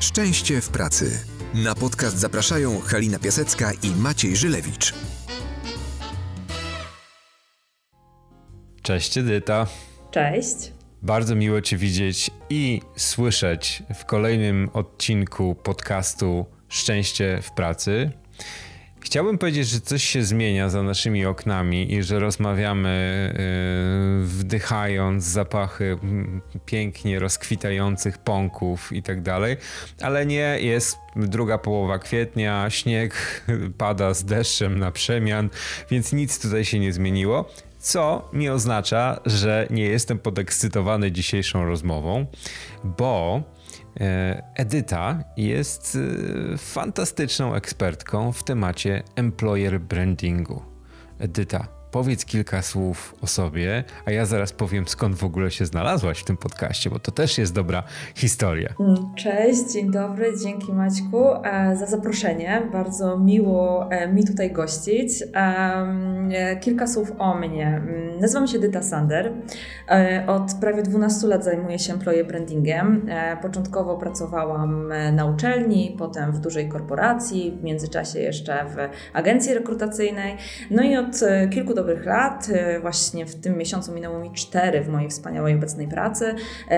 Szczęście w pracy. Na podcast zapraszają Halina Piasecka i Maciej Żylewicz. Cześć Edyta. Cześć. Bardzo miło Cię widzieć i słyszeć w kolejnym odcinku podcastu Szczęście w pracy. Chciałbym powiedzieć, że coś się zmienia za naszymi oknami i że rozmawiamy wdychając zapachy pięknie rozkwitających pąków i tak dalej, ale nie, jest druga połowa kwietnia, śnieg pada z deszczem na przemian, więc nic tutaj się nie zmieniło. Co nie oznacza, że nie jestem podekscytowany dzisiejszą rozmową, bo Edyta jest fantastyczną ekspertką w temacie employer brandingu. Edyta, powiedz kilka słów o sobie, a ja zaraz powiem, skąd w ogóle się znalazłaś w tym podcaście, bo to też jest dobra historia. Cześć, dzień dobry, dzięki Maćku za zaproszenie. Bardzo miło mi tutaj gościć. Kilka słów o mnie. Nazywam się Edyta Sander. Od prawie 12 lat zajmuję się employer brandingiem. Początkowo pracowałam na uczelni, potem w dużej korporacji, w międzyczasie jeszcze w agencji rekrutacyjnej. No i od kilku dobrych lat, właśnie w tym miesiącu minęło mi 4 w mojej wspaniałej obecnej pracy.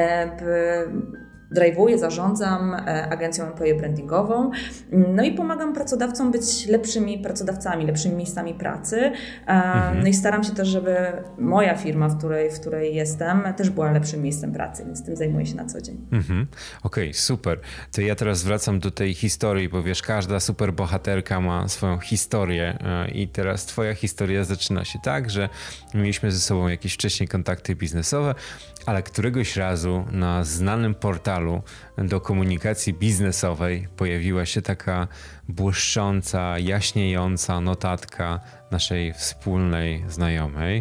Drive'uję, zarządzam agencją employer brandingową, no i pomagam pracodawcom być lepszymi pracodawcami, lepszymi miejscami pracy. No i staram się też, żeby moja firma, w której jestem, też była lepszym miejscem pracy, więc tym zajmuję się na co dzień. Okej, super. To ja teraz wracam do tej historii, bo wiesz, każda superbohaterka ma swoją historię i teraz twoja historia zaczyna się tak, że mieliśmy ze sobą jakieś wcześniej kontakty biznesowe, ale któregoś razu na znanym portalu do komunikacji biznesowej pojawiła się taka błyszcząca, jaśniejąca notatka naszej wspólnej znajomej.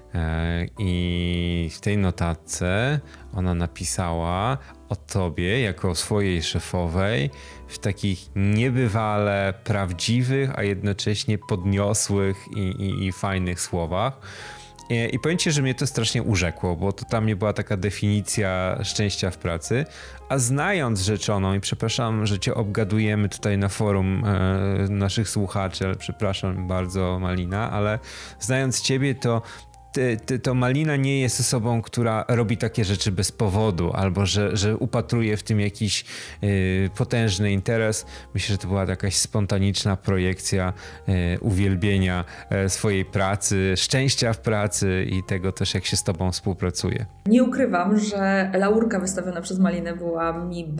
I w tej notatce ona napisała o tobie jako o swojej szefowej w takich niebywale prawdziwych, a jednocześnie podniosłych i fajnych słowach. I powiem Ci, że mnie to strasznie urzekło, bo to dla mnie była taka definicja szczęścia w pracy, a znając rzeczoną, i przepraszam, że Cię obgadujemy tutaj na forum naszych słuchaczy, ale przepraszam bardzo Malina, ale znając Ciebie, to Malina nie jest osobą, która robi takie rzeczy bez powodu, albo że upatruje w tym jakiś potężny interes. Myślę, że to była jakaś spontaniczna projekcja uwielbienia swojej pracy, szczęścia w pracy i tego też, jak się z tobą współpracuje. Nie ukrywam, że laurka wystawiona przez Malinę była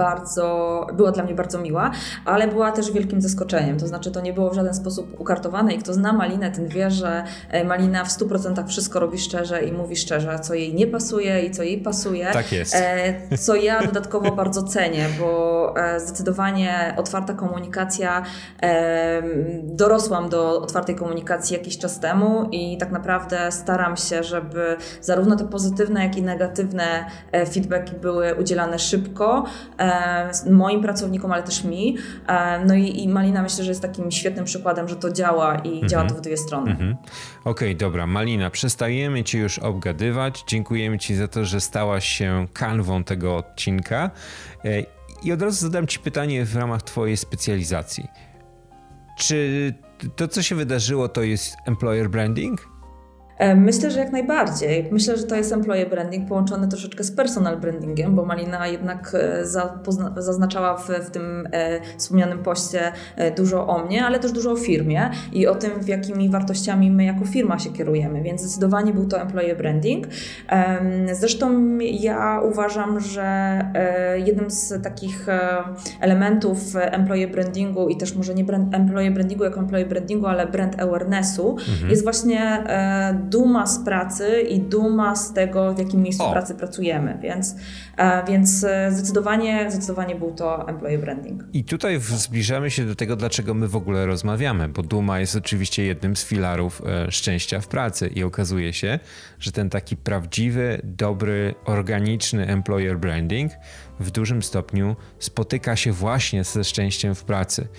dla mnie bardzo miła, ale była też wielkim zaskoczeniem. To znaczy, to nie było w żaden sposób ukartowane i kto zna Malinę, ten wie, że Malina w 100% wszystko robi szczerze i mówi szczerze, co jej nie pasuje i co jej pasuje. Tak jest. Co ja dodatkowo bardzo cenię, bo zdecydowanie otwarta komunikacja, dorosłam do otwartej komunikacji jakiś czas temu i tak naprawdę staram się, żeby zarówno te pozytywne, jak i negatywne feedbacki były udzielane szybko moim pracownikom, ale też mi. No i Malina myślę, że jest takim świetnym przykładem, że to działa i działa to w dwie strony. Okej, dobra. Malina, przestajemy Cię już obgadywać. Dziękujemy Ci za to, że stałaś się kanwą tego odcinka. I od razu zadam Ci pytanie w ramach Twojej specjalizacji. Czy to, co się wydarzyło, to jest employer branding? Myślę, że jak najbardziej. Myślę, że to jest employer branding połączony troszeczkę z personal brandingiem, bo Malina jednak zaznaczała w tym wspomnianym poście dużo o mnie, ale też dużo o firmie i o tym, w jakimi wartościami my jako firma się kierujemy, więc zdecydowanie był to employer branding. Zresztą ja uważam, że jednym z takich elementów employer brandingu i też może nie employer brandingu jako employer brandingu, ale brand awarenessu jest właśnie duma z pracy i duma z tego, w jakim miejscu pracy pracujemy, więc zdecydowanie był to employer branding. I tutaj zbliżamy się do tego, dlaczego my w ogóle rozmawiamy, bo duma jest oczywiście jednym z filarów szczęścia w pracy i okazuje się, że ten taki prawdziwy, dobry, organiczny employer branding w dużym stopniu spotyka się właśnie ze szczęściem w pracy.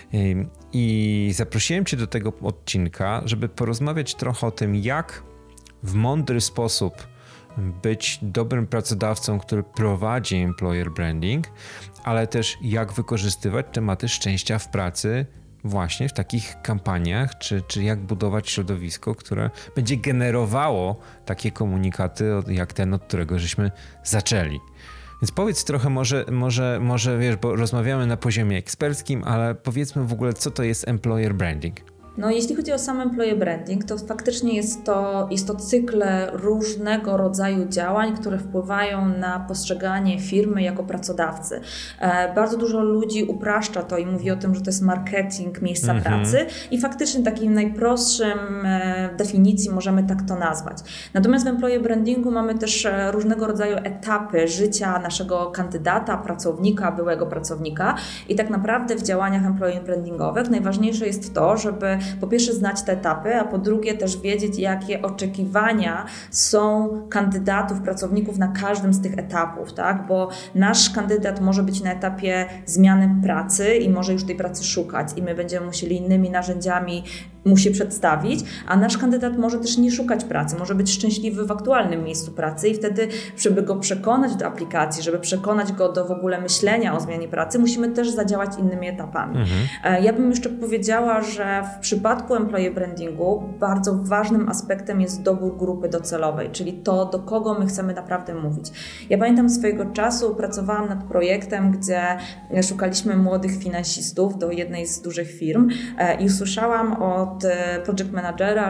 I zaprosiłem Cię do tego odcinka, żeby porozmawiać trochę o tym, jak w mądry sposób być dobrym pracodawcą, który prowadzi employer branding, ale też jak wykorzystywać tematy szczęścia w pracy właśnie w takich kampaniach, czy jak budować środowisko, które będzie generowało takie komunikaty jak ten, od którego żeśmy zaczęli. Więc powiedz trochę może wiesz, bo rozmawiamy na poziomie eksperckim, ale powiedzmy w ogóle, co to jest employer branding. No, jeśli chodzi o sam employer branding, to faktycznie jest to cykl różnego rodzaju działań, które wpływają na postrzeganie firmy jako pracodawcy. Bardzo dużo ludzi upraszcza to i mówi o tym, że to jest marketing miejsca pracy i faktycznie takim najprostszym definicji możemy tak to nazwać. Natomiast w employer brandingu mamy też różnego rodzaju etapy życia naszego kandydata, pracownika, byłego pracownika i tak naprawdę w działaniach employer brandingowych najważniejsze jest to, żeby po pierwsze znać te etapy, a po drugie też wiedzieć, jakie oczekiwania są kandydatów, pracowników na każdym z tych etapów, tak? Bo nasz kandydat może być na etapie zmiany pracy i może już tej pracy szukać i my będziemy musieli innymi narzędziami mu się przedstawić, a nasz kandydat może też nie szukać pracy, może być szczęśliwy w aktualnym miejscu pracy i wtedy, żeby go przekonać do aplikacji, żeby przekonać go do w ogóle myślenia o zmianie pracy, musimy też zadziałać innymi etapami. Ja bym jeszcze powiedziała, że w przypadku employer brandingu bardzo ważnym aspektem jest dobór grupy docelowej, czyli to, do kogo my chcemy naprawdę mówić. Ja pamiętam swojego czasu, pracowałam nad projektem, gdzie szukaliśmy młodych finansistów do jednej z dużych firm i usłyszałam od project managera,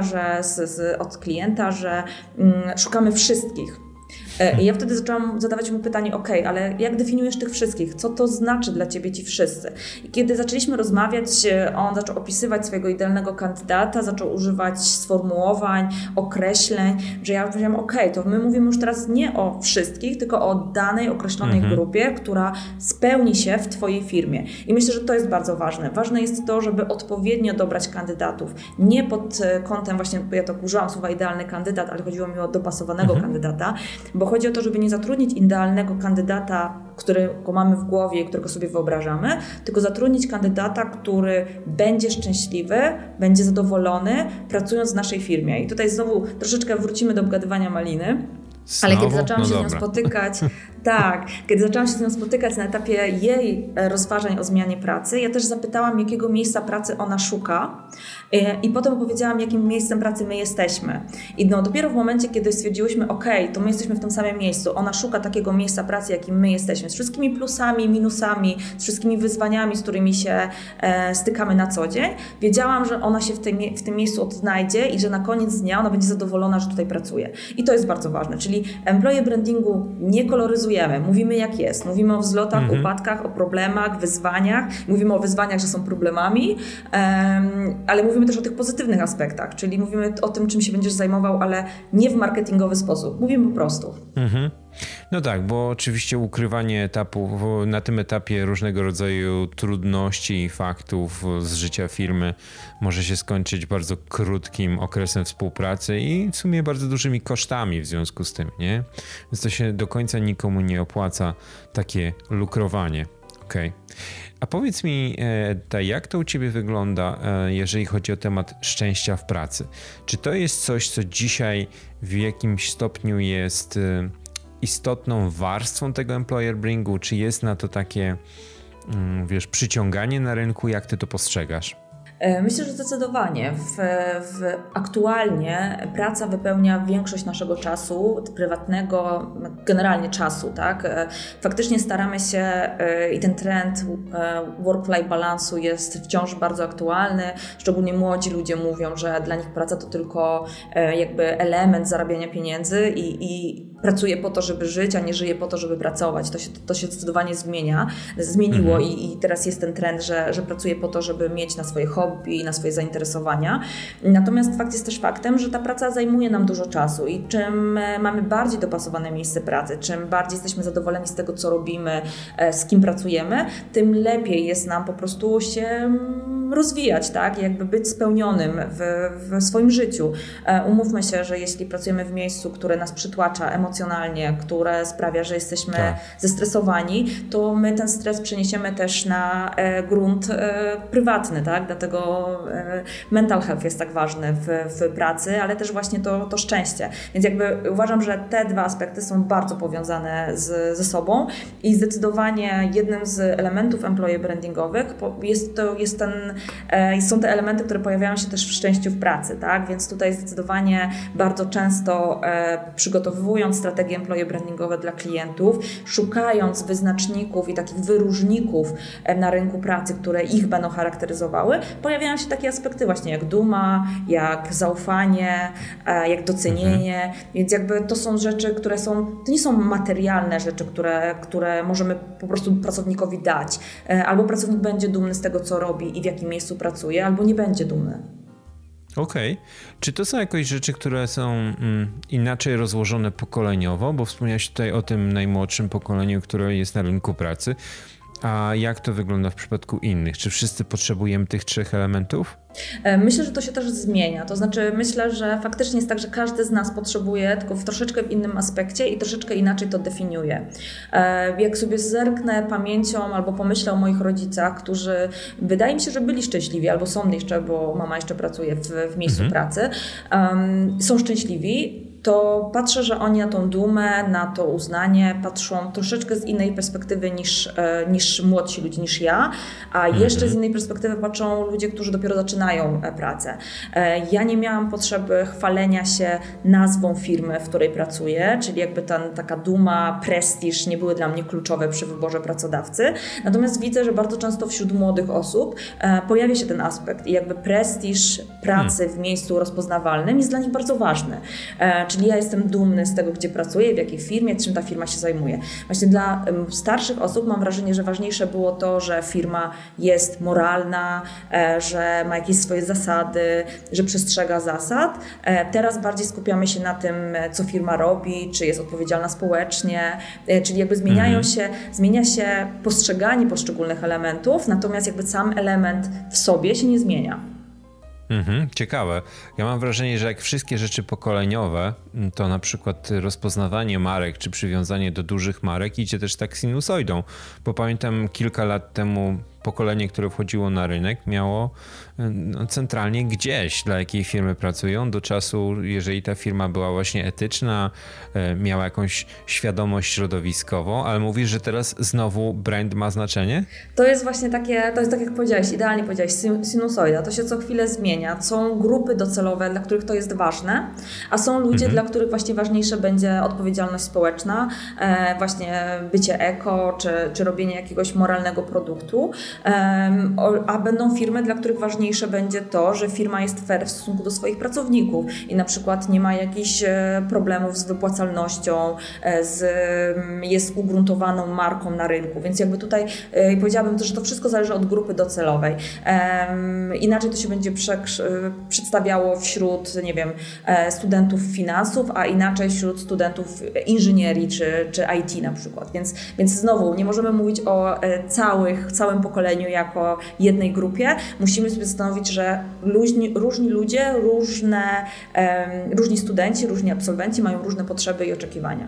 od klienta, że szukamy wszystkich. I ja wtedy zaczęłam zadawać mu pytanie, ale jak definiujesz tych wszystkich? Co to znaczy dla Ciebie ci wszyscy? I kiedy zaczęliśmy rozmawiać, on zaczął opisywać swojego idealnego kandydata, zaczął używać sformułowań, określeń, że ja powiedziałam, to my mówimy już teraz nie o wszystkich, tylko o danej, określonej grupie, która spełni się w Twojej firmie. I myślę, że to jest bardzo ważne. Ważne jest to, żeby odpowiednio dobrać kandydatów. Nie pod kątem właśnie, ja to użyłam słowa idealny kandydat, ale chodziło mi o dopasowanego kandydata, bo chodzi o to, żeby nie zatrudnić idealnego kandydata, którego mamy w głowie i którego sobie wyobrażamy, tylko zatrudnić kandydata, który będzie szczęśliwy, będzie zadowolony, pracując w naszej firmie. I tutaj znowu troszeczkę wrócimy do obgadywania maliny. Ale kiedy zaczęłam się z nią spotykać, kiedy zaczęłam się z nią spotykać na etapie jej rozważań o zmianie pracy, ja też zapytałam, jakiego miejsca pracy ona szuka i potem opowiedziałam, jakim miejscem pracy my jesteśmy. I dopiero w momencie, kiedy stwierdziłyśmy, to my jesteśmy w tym samym miejscu, ona szuka takiego miejsca pracy, jakim my jesteśmy, z wszystkimi plusami, minusami, z wszystkimi wyzwaniami, z którymi się stykamy na co dzień, wiedziałam, że ona się w tym miejscu odnajdzie i że na koniec dnia ona będzie zadowolona, że tutaj pracuje. I to jest bardzo ważne, czyli employer brandingu nie koloryzujemy, mówimy jak jest, mówimy o wzlotach, upadkach, o problemach, wyzwaniach, mówimy o wyzwaniach, że są problemami, ale mówimy też o tych pozytywnych aspektach, czyli mówimy o tym, czym się będziesz zajmował, ale nie w marketingowy sposób, mówimy po prostu. No tak, bo oczywiście ukrywanie na tym etapie różnego rodzaju trudności i faktów z życia firmy może się skończyć bardzo krótkim okresem współpracy i w sumie bardzo dużymi kosztami w związku z tym, nie? Więc to się do końca nikomu nie opłaca, takie lukrowanie. A powiedz mi, jak to u Ciebie wygląda, jeżeli chodzi o temat szczęścia w pracy? Czy to jest coś, co dzisiaj w jakimś stopniu jest istotną warstwą tego employer brandingu? Czy jest na to takie, przyciąganie na rynku? Jak Ty to postrzegasz? Myślę, że zdecydowanie. Aktualnie praca wypełnia większość naszego czasu, prywatnego, generalnie czasu, tak? Faktycznie staramy się i ten trend work-life balansu jest wciąż bardzo aktualny. Szczególnie młodzi ludzie mówią, że dla nich praca to tylko jakby element zarabiania pieniędzy i pracuje po to, żeby żyć, a nie żyje po to, żeby pracować. To się zdecydowanie zmieniło i teraz jest ten trend, że pracuje po to, żeby mieć na swoje hobby i na swoje zainteresowania. Natomiast fakt jest też faktem, że ta praca zajmuje nam dużo czasu i czym mamy bardziej dopasowane miejsce pracy, czym bardziej jesteśmy zadowoleni z tego, co robimy, z kim pracujemy, tym lepiej jest nam po prostu się rozwijać, tak? Jakby być spełnionym w swoim życiu. Umówmy się, że jeśli pracujemy w miejscu, które nas przytłacza emocjonalnie, które sprawia, że jesteśmy zestresowani, to my ten stres przeniesiemy też na grunt prywatny, tak? Dlatego mental health jest tak ważny w pracy, ale też właśnie to szczęście. Więc jakby uważam, że te dwa aspekty są bardzo powiązane ze sobą i zdecydowanie jednym z elementów employee brandingowych są te elementy, które pojawiają się też w szczęściu w pracy, tak? Więc tutaj zdecydowanie bardzo często przygotowując strategie employee brandingowe dla klientów, szukając wyznaczników i takich wyróżników na rynku pracy, które ich będą charakteryzowały, pojawiają się takie aspekty właśnie jak duma, jak zaufanie, jak docenienie, więc jakby to są rzeczy, to nie są materialne rzeczy, które możemy po prostu pracownikowi dać. Albo pracownik będzie dumny z tego, co robi i w jakim miejscu pracuje, albo nie będzie dumny. Okej. Czy to są jakieś rzeczy, które są inaczej rozłożone pokoleniowo? Bo wspomniałeś tutaj o tym najmłodszym pokoleniu, które jest na rynku pracy. A jak to wygląda w przypadku innych? Czy wszyscy potrzebujemy tych 3 elementów? Myślę, że to się też zmienia. To znaczy myślę, że faktycznie jest tak, że każdy z nas potrzebuje, tylko w troszeczkę w innym aspekcie i troszeczkę inaczej to definiuje. Jak sobie zerknę pamięcią albo pomyślę o moich rodzicach, którzy wydaje mi się, że byli szczęśliwi albo są jeszcze, bo mama jeszcze pracuje w miejscu pracy, są szczęśliwi, to patrzę, że oni na tą dumę, na to uznanie patrzą troszeczkę z innej perspektywy niż młodsi ludzie, niż ja, a jeszcze z innej perspektywy patrzą ludzie, którzy dopiero zaczynają pracę. Ja nie miałam potrzeby chwalenia się nazwą firmy, w której pracuję, czyli jakby taka duma, prestiż nie były dla mnie kluczowe przy wyborze pracodawcy. Natomiast widzę, że bardzo często wśród młodych osób pojawia się ten aspekt i jakby prestiż pracy w miejscu rozpoznawalnym jest dla nich bardzo ważny. Czyli ja jestem dumny z tego, gdzie pracuję, w jakiej firmie, czym ta firma się zajmuje. Właśnie dla starszych osób mam wrażenie, że ważniejsze było to, że firma jest moralna, że ma jakieś swoje zasady, że przestrzega zasad. Teraz bardziej skupiamy się na tym, co firma robi, czy jest odpowiedzialna społecznie, czyli jakby zmienia się postrzeganie poszczególnych elementów, natomiast jakby sam element w sobie się nie zmienia. Ciekawe. Ja mam wrażenie, że jak wszystkie rzeczy pokoleniowe, to na przykład rozpoznawanie marek czy przywiązanie do dużych marek idzie też tak sinusoidą, bo pamiętam kilka lat temu pokolenie, które wchodziło na rynek, miało centralnie gdzieś, dla jakiej firmy pracują, do czasu, jeżeli ta firma była właśnie etyczna, miała jakąś świadomość środowiskową, ale mówisz, że teraz znowu brand ma znaczenie? To jest właśnie takie, to jest tak jak powiedziałeś, idealnie powiedziałeś, sinusoida, to się co chwilę zmienia. Są grupy docelowe, dla których to jest ważne, a są ludzie, dla których właśnie ważniejsze będzie odpowiedzialność społeczna, właśnie bycie eko, czy robienie jakiegoś moralnego produktu. A będą firmy, dla których ważniejsze będzie to, że firma jest fair w stosunku do swoich pracowników i na przykład nie ma jakichś problemów z wypłacalnością, jest ugruntowaną marką na rynku, więc jakby tutaj powiedziałabym też, że to wszystko zależy od grupy docelowej. Inaczej to się będzie przedstawiało wśród, nie wiem, studentów finansów, a inaczej wśród studentów inżynierii czy IT na przykład, więc znowu nie możemy mówić o całym pokoleniu jako jednej grupie. Musimy sobie zastanowić, że różni ludzie, różni studenci, różni absolwenci mają różne potrzeby i oczekiwania.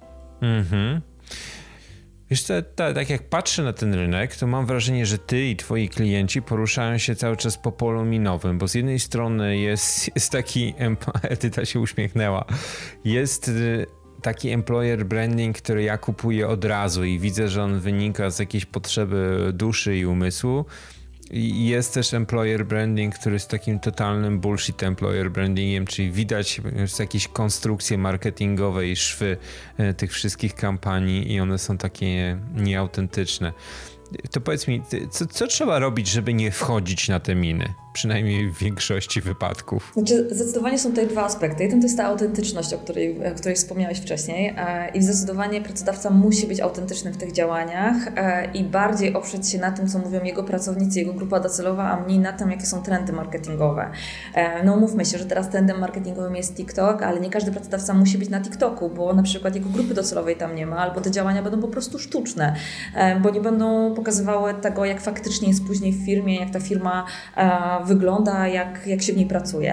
Wiesz co, tak jak patrzę na ten rynek, to mam wrażenie, że ty i twoi klienci poruszają się cały czas po polu minowym, bo z jednej strony jest taki, Edyta się uśmiechnęła, jest taki employer branding, który ja kupuję od razu i widzę, że on wynika z jakiejś potrzeby duszy i umysłu. I jest też employer branding, który jest takim totalnym bullshit employer brandingiem, czyli widać jakieś konstrukcje marketingowe i szwy tych wszystkich kampanii i one są takie nieautentyczne. To powiedz mi, co trzeba robić, żeby nie wchodzić na te miny? przynajmniej w większości wypadków. Znaczy, zdecydowanie są tutaj dwa aspekty. Jeden to jest ta autentyczność, o której wspomniałeś wcześniej i zdecydowanie pracodawca musi być autentyczny w tych działaniach i bardziej oprzeć się na tym, co mówią jego pracownicy, jego grupa docelowa, a mniej na tym, jakie są trendy marketingowe. No mówmy się, że teraz trendem marketingowym jest TikTok, ale nie każdy pracodawca musi być na TikToku, bo na przykład jego grupy docelowej tam nie ma, albo te działania będą po prostu sztuczne, bo nie będą pokazywały tego, jak faktycznie jest później w firmie, jak ta firma wygląda, jak się w niej pracuje.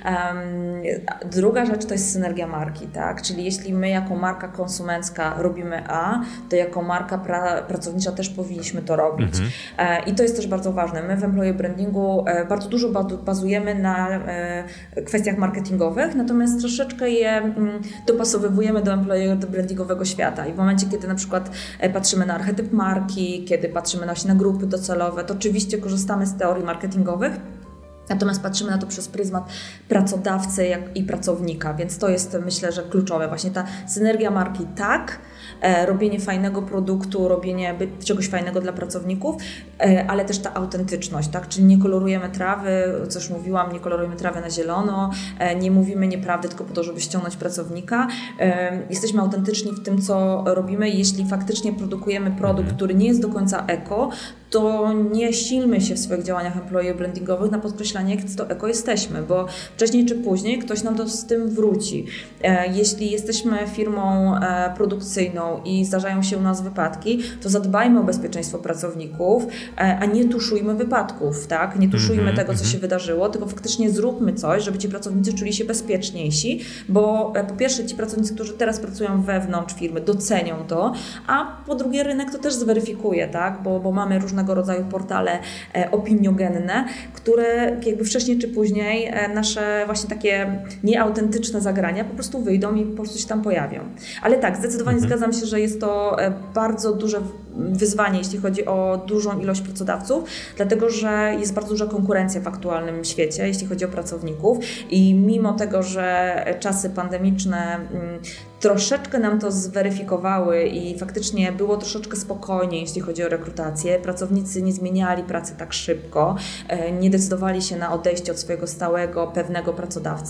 Druga rzecz to jest synergia marki, tak? Czyli jeśli my jako marka konsumencka robimy A, to jako marka pracownicza też powinniśmy to robić. I to jest też bardzo ważne. My w employee brandingu bardzo dużo bazujemy na kwestiach marketingowych, natomiast troszeczkę je dopasowujemy do employee brandingowego świata. I w momencie, kiedy na przykład patrzymy na archetyp marki, kiedy patrzymy na grupy docelowe, to oczywiście korzystamy z teorii marketingowych, natomiast patrzymy na to przez pryzmat pracodawcy i pracownika, więc to jest, myślę, że kluczowe. Właśnie ta synergia marki, tak, robienie fajnego produktu, robienie czegoś fajnego dla pracowników, ale też ta autentyczność, tak? Czyli nie kolorujemy trawy, co już mówiłam, nie kolorujemy trawy na zielono, nie mówimy nieprawdy tylko po to, żeby ściągnąć pracownika. Jesteśmy autentyczni w tym, co robimy. Jeśli faktycznie produkujemy produkt, który nie jest do końca eko, to nie silmy się w swoich działaniach employee brandingowych na podkreślanie, jak to eko jesteśmy, bo wcześniej czy później ktoś nam to z tym wróci. Jeśli jesteśmy firmą produkcyjną i zdarzają się u nas wypadki, to zadbajmy o bezpieczeństwo pracowników, a nie tuszujmy wypadków, tak? Nie tuszujmy tego, co się wydarzyło, tylko faktycznie zróbmy coś, żeby ci pracownicy czuli się bezpieczniejsi, bo po pierwsze ci pracownicy, którzy teraz pracują wewnątrz firmy, docenią to, a po drugie rynek to też zweryfikuje, tak? Bo mamy różnego rodzaju portale opiniogenne, które jakby wcześniej czy później nasze właśnie takie nieautentyczne zagrania po prostu wyjdą i po prostu się tam pojawią. Ale tak, zdecydowanie zgadzam się, że jest to bardzo duże wyzwanie, jeśli chodzi o dużą ilość pracodawców, dlatego że jest bardzo duża konkurencja w aktualnym świecie, jeśli chodzi o pracowników i mimo tego, że czasy pandemiczne troszeczkę nam to zweryfikowały i faktycznie było troszeczkę spokojniej, jeśli chodzi o rekrutację. Pracownicy nie zmieniali pracy tak szybko, nie decydowali się na odejście od swojego stałego, pewnego pracodawcy,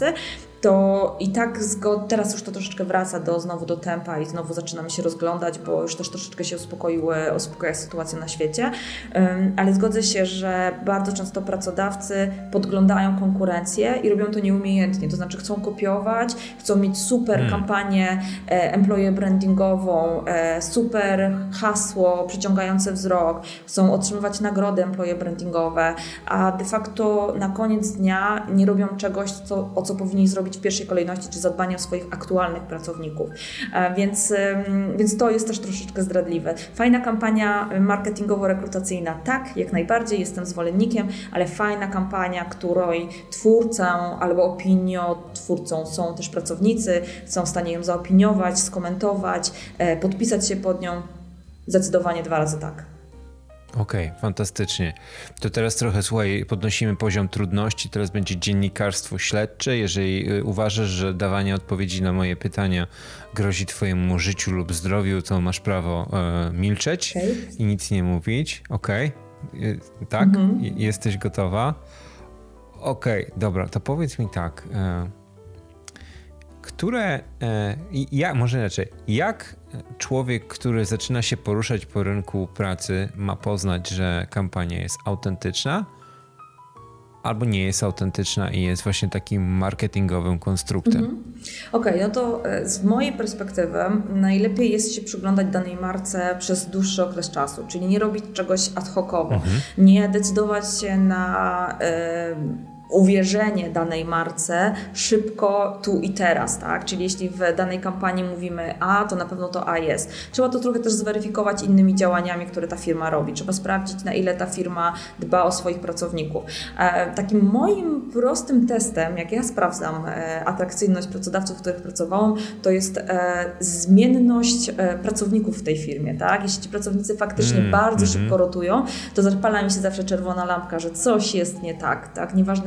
to i tak teraz już to troszeczkę wraca znowu do tempa i znowu zaczynamy się rozglądać, bo już też troszeczkę się uspokoiła sytuacja na świecie, ale zgodzę się, że bardzo często pracodawcy podglądają konkurencję i robią to nieumiejętnie, to znaczy chcą kopiować, chcą mieć super kampanię employee brandingową, super hasło przyciągające wzrok, chcą otrzymywać nagrody employee brandingowe, a de facto na koniec dnia nie robią czegoś, o co powinni zrobić w pierwszej kolejności, czy zadbanie o swoich aktualnych pracowników. Więc to jest też troszeczkę zdradliwe. Fajna kampania marketingowo-rekrutacyjna, tak, jak najbardziej, jestem zwolennikiem, ale fajna kampania, której twórcą albo opiniotwórcą są też pracownicy, są w stanie ją zaopiniować, skomentować, podpisać się pod nią, zdecydowanie 2 razy tak. Okej, fantastycznie. To teraz trochę, słuchaj, podnosimy poziom trudności, teraz będzie dziennikarstwo śledcze. Jeżeli uważasz, że dawanie odpowiedzi na moje pytania grozi twojemu życiu lub zdrowiu, to masz prawo milczeć i nic nie mówić. Okej? Tak? Jesteś gotowa? Okej, dobra, to powiedz mi tak. Może inaczej, jak człowiek, który zaczyna się poruszać po rynku pracy, ma poznać, że kampania jest autentyczna albo nie jest autentyczna i jest właśnie takim marketingowym konstruktem? Okej, no to z mojej perspektywy najlepiej jest się przyglądać danej marce przez dłuższy okres czasu, czyli nie robić czegoś ad hocowo, nie decydować się na uwierzenie danej marce szybko, tu i teraz, tak? Czyli jeśli w danej kampanii mówimy A, to na pewno to A jest. Trzeba to trochę też zweryfikować innymi działaniami, które ta firma robi. Trzeba sprawdzić, na ile ta firma dba o swoich pracowników. Takim moim prostym testem, jak ja sprawdzam atrakcyjność pracodawców, w których pracowałam, to jest zmienność pracowników w tej firmie, tak? Jeśli ci pracownicy faktycznie bardzo szybko rotują, to zapala mi się zawsze czerwona lampka, że coś jest nie tak, tak? Nieważne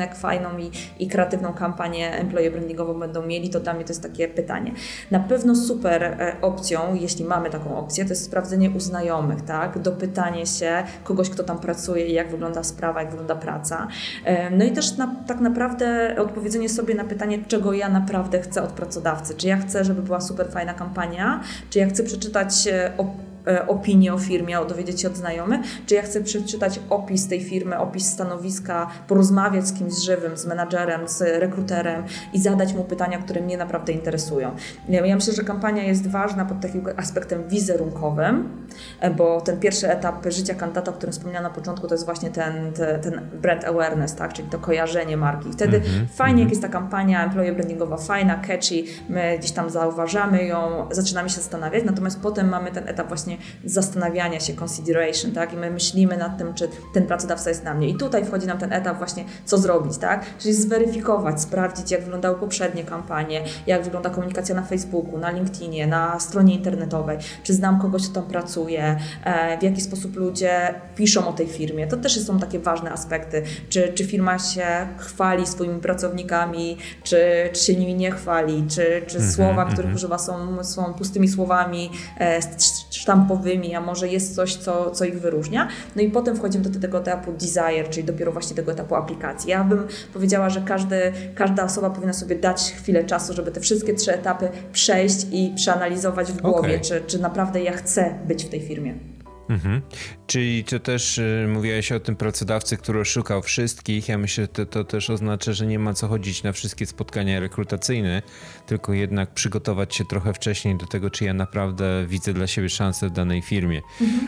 jak fajną i kreatywną kampanię employer brandingową będą mieli, to dla mnie to jest takie pytanie. Na pewno super opcją, jeśli mamy taką opcję, to jest sprawdzenie u znajomych, tak? Dopytanie się kogoś, kto tam pracuje i jak wygląda sprawa, jak wygląda praca. No i też tak naprawdę odpowiedzenie sobie na pytanie, czego ja naprawdę chcę od pracodawcy. Czy ja chcę, żeby była super fajna kampania, czy ja chcę przeczytać opinię o firmie, dowiedzieć się od znajomych, czy ja chcę przeczytać opis tej firmy, opis stanowiska, porozmawiać z kimś żywym, z menadżerem, z rekruterem i zadać mu pytania, które mnie naprawdę interesują. Ja myślę, że kampania jest ważna pod takim aspektem wizerunkowym, bo ten pierwszy etap życia kandydata, o którym wspomniałam na początku, to jest właśnie ten brand awareness, tak? Czyli to kojarzenie marki. Wtedy fajnie, jak jest ta kampania employer brandingowa, fajna, catchy, my gdzieś tam zauważamy ją, zaczynamy się zastanawiać, natomiast potem mamy ten etap właśnie zastanawiania się, consideration, tak? I my myślimy nad tym, czy ten pracodawca jest na mnie. I tutaj wchodzi nam ten etap właśnie, co zrobić, tak? Czyli zweryfikować, sprawdzić, jak wyglądały poprzednie kampanie, jak wygląda komunikacja na Facebooku, na LinkedInie, na stronie internetowej, czy znam kogoś, kto tam pracuje, w jaki sposób ludzie piszą o tej firmie. To też są takie ważne aspekty. Czy firma się chwali swoimi pracownikami, czy się nimi nie chwali, czy słowa, których używa są pustymi słowami, sztampowymi, a może jest coś, co ich wyróżnia. No i potem wchodzimy do tego etapu desire, czyli dopiero właśnie tego etapu aplikacji. Ja bym powiedziała, że każda osoba powinna sobie dać chwilę czasu, żeby te wszystkie 3 etapy przejść i przeanalizować w głowie, czy naprawdę ja chcę być w tej firmie. Czyli to też mówiłeś o tym pracodawcy, który szukał wszystkich. Ja myślę, że to też oznacza, że nie ma co chodzić na wszystkie spotkania rekrutacyjne, tylko jednak przygotować się trochę wcześniej do tego, czy ja naprawdę widzę dla siebie szansę w danej firmie.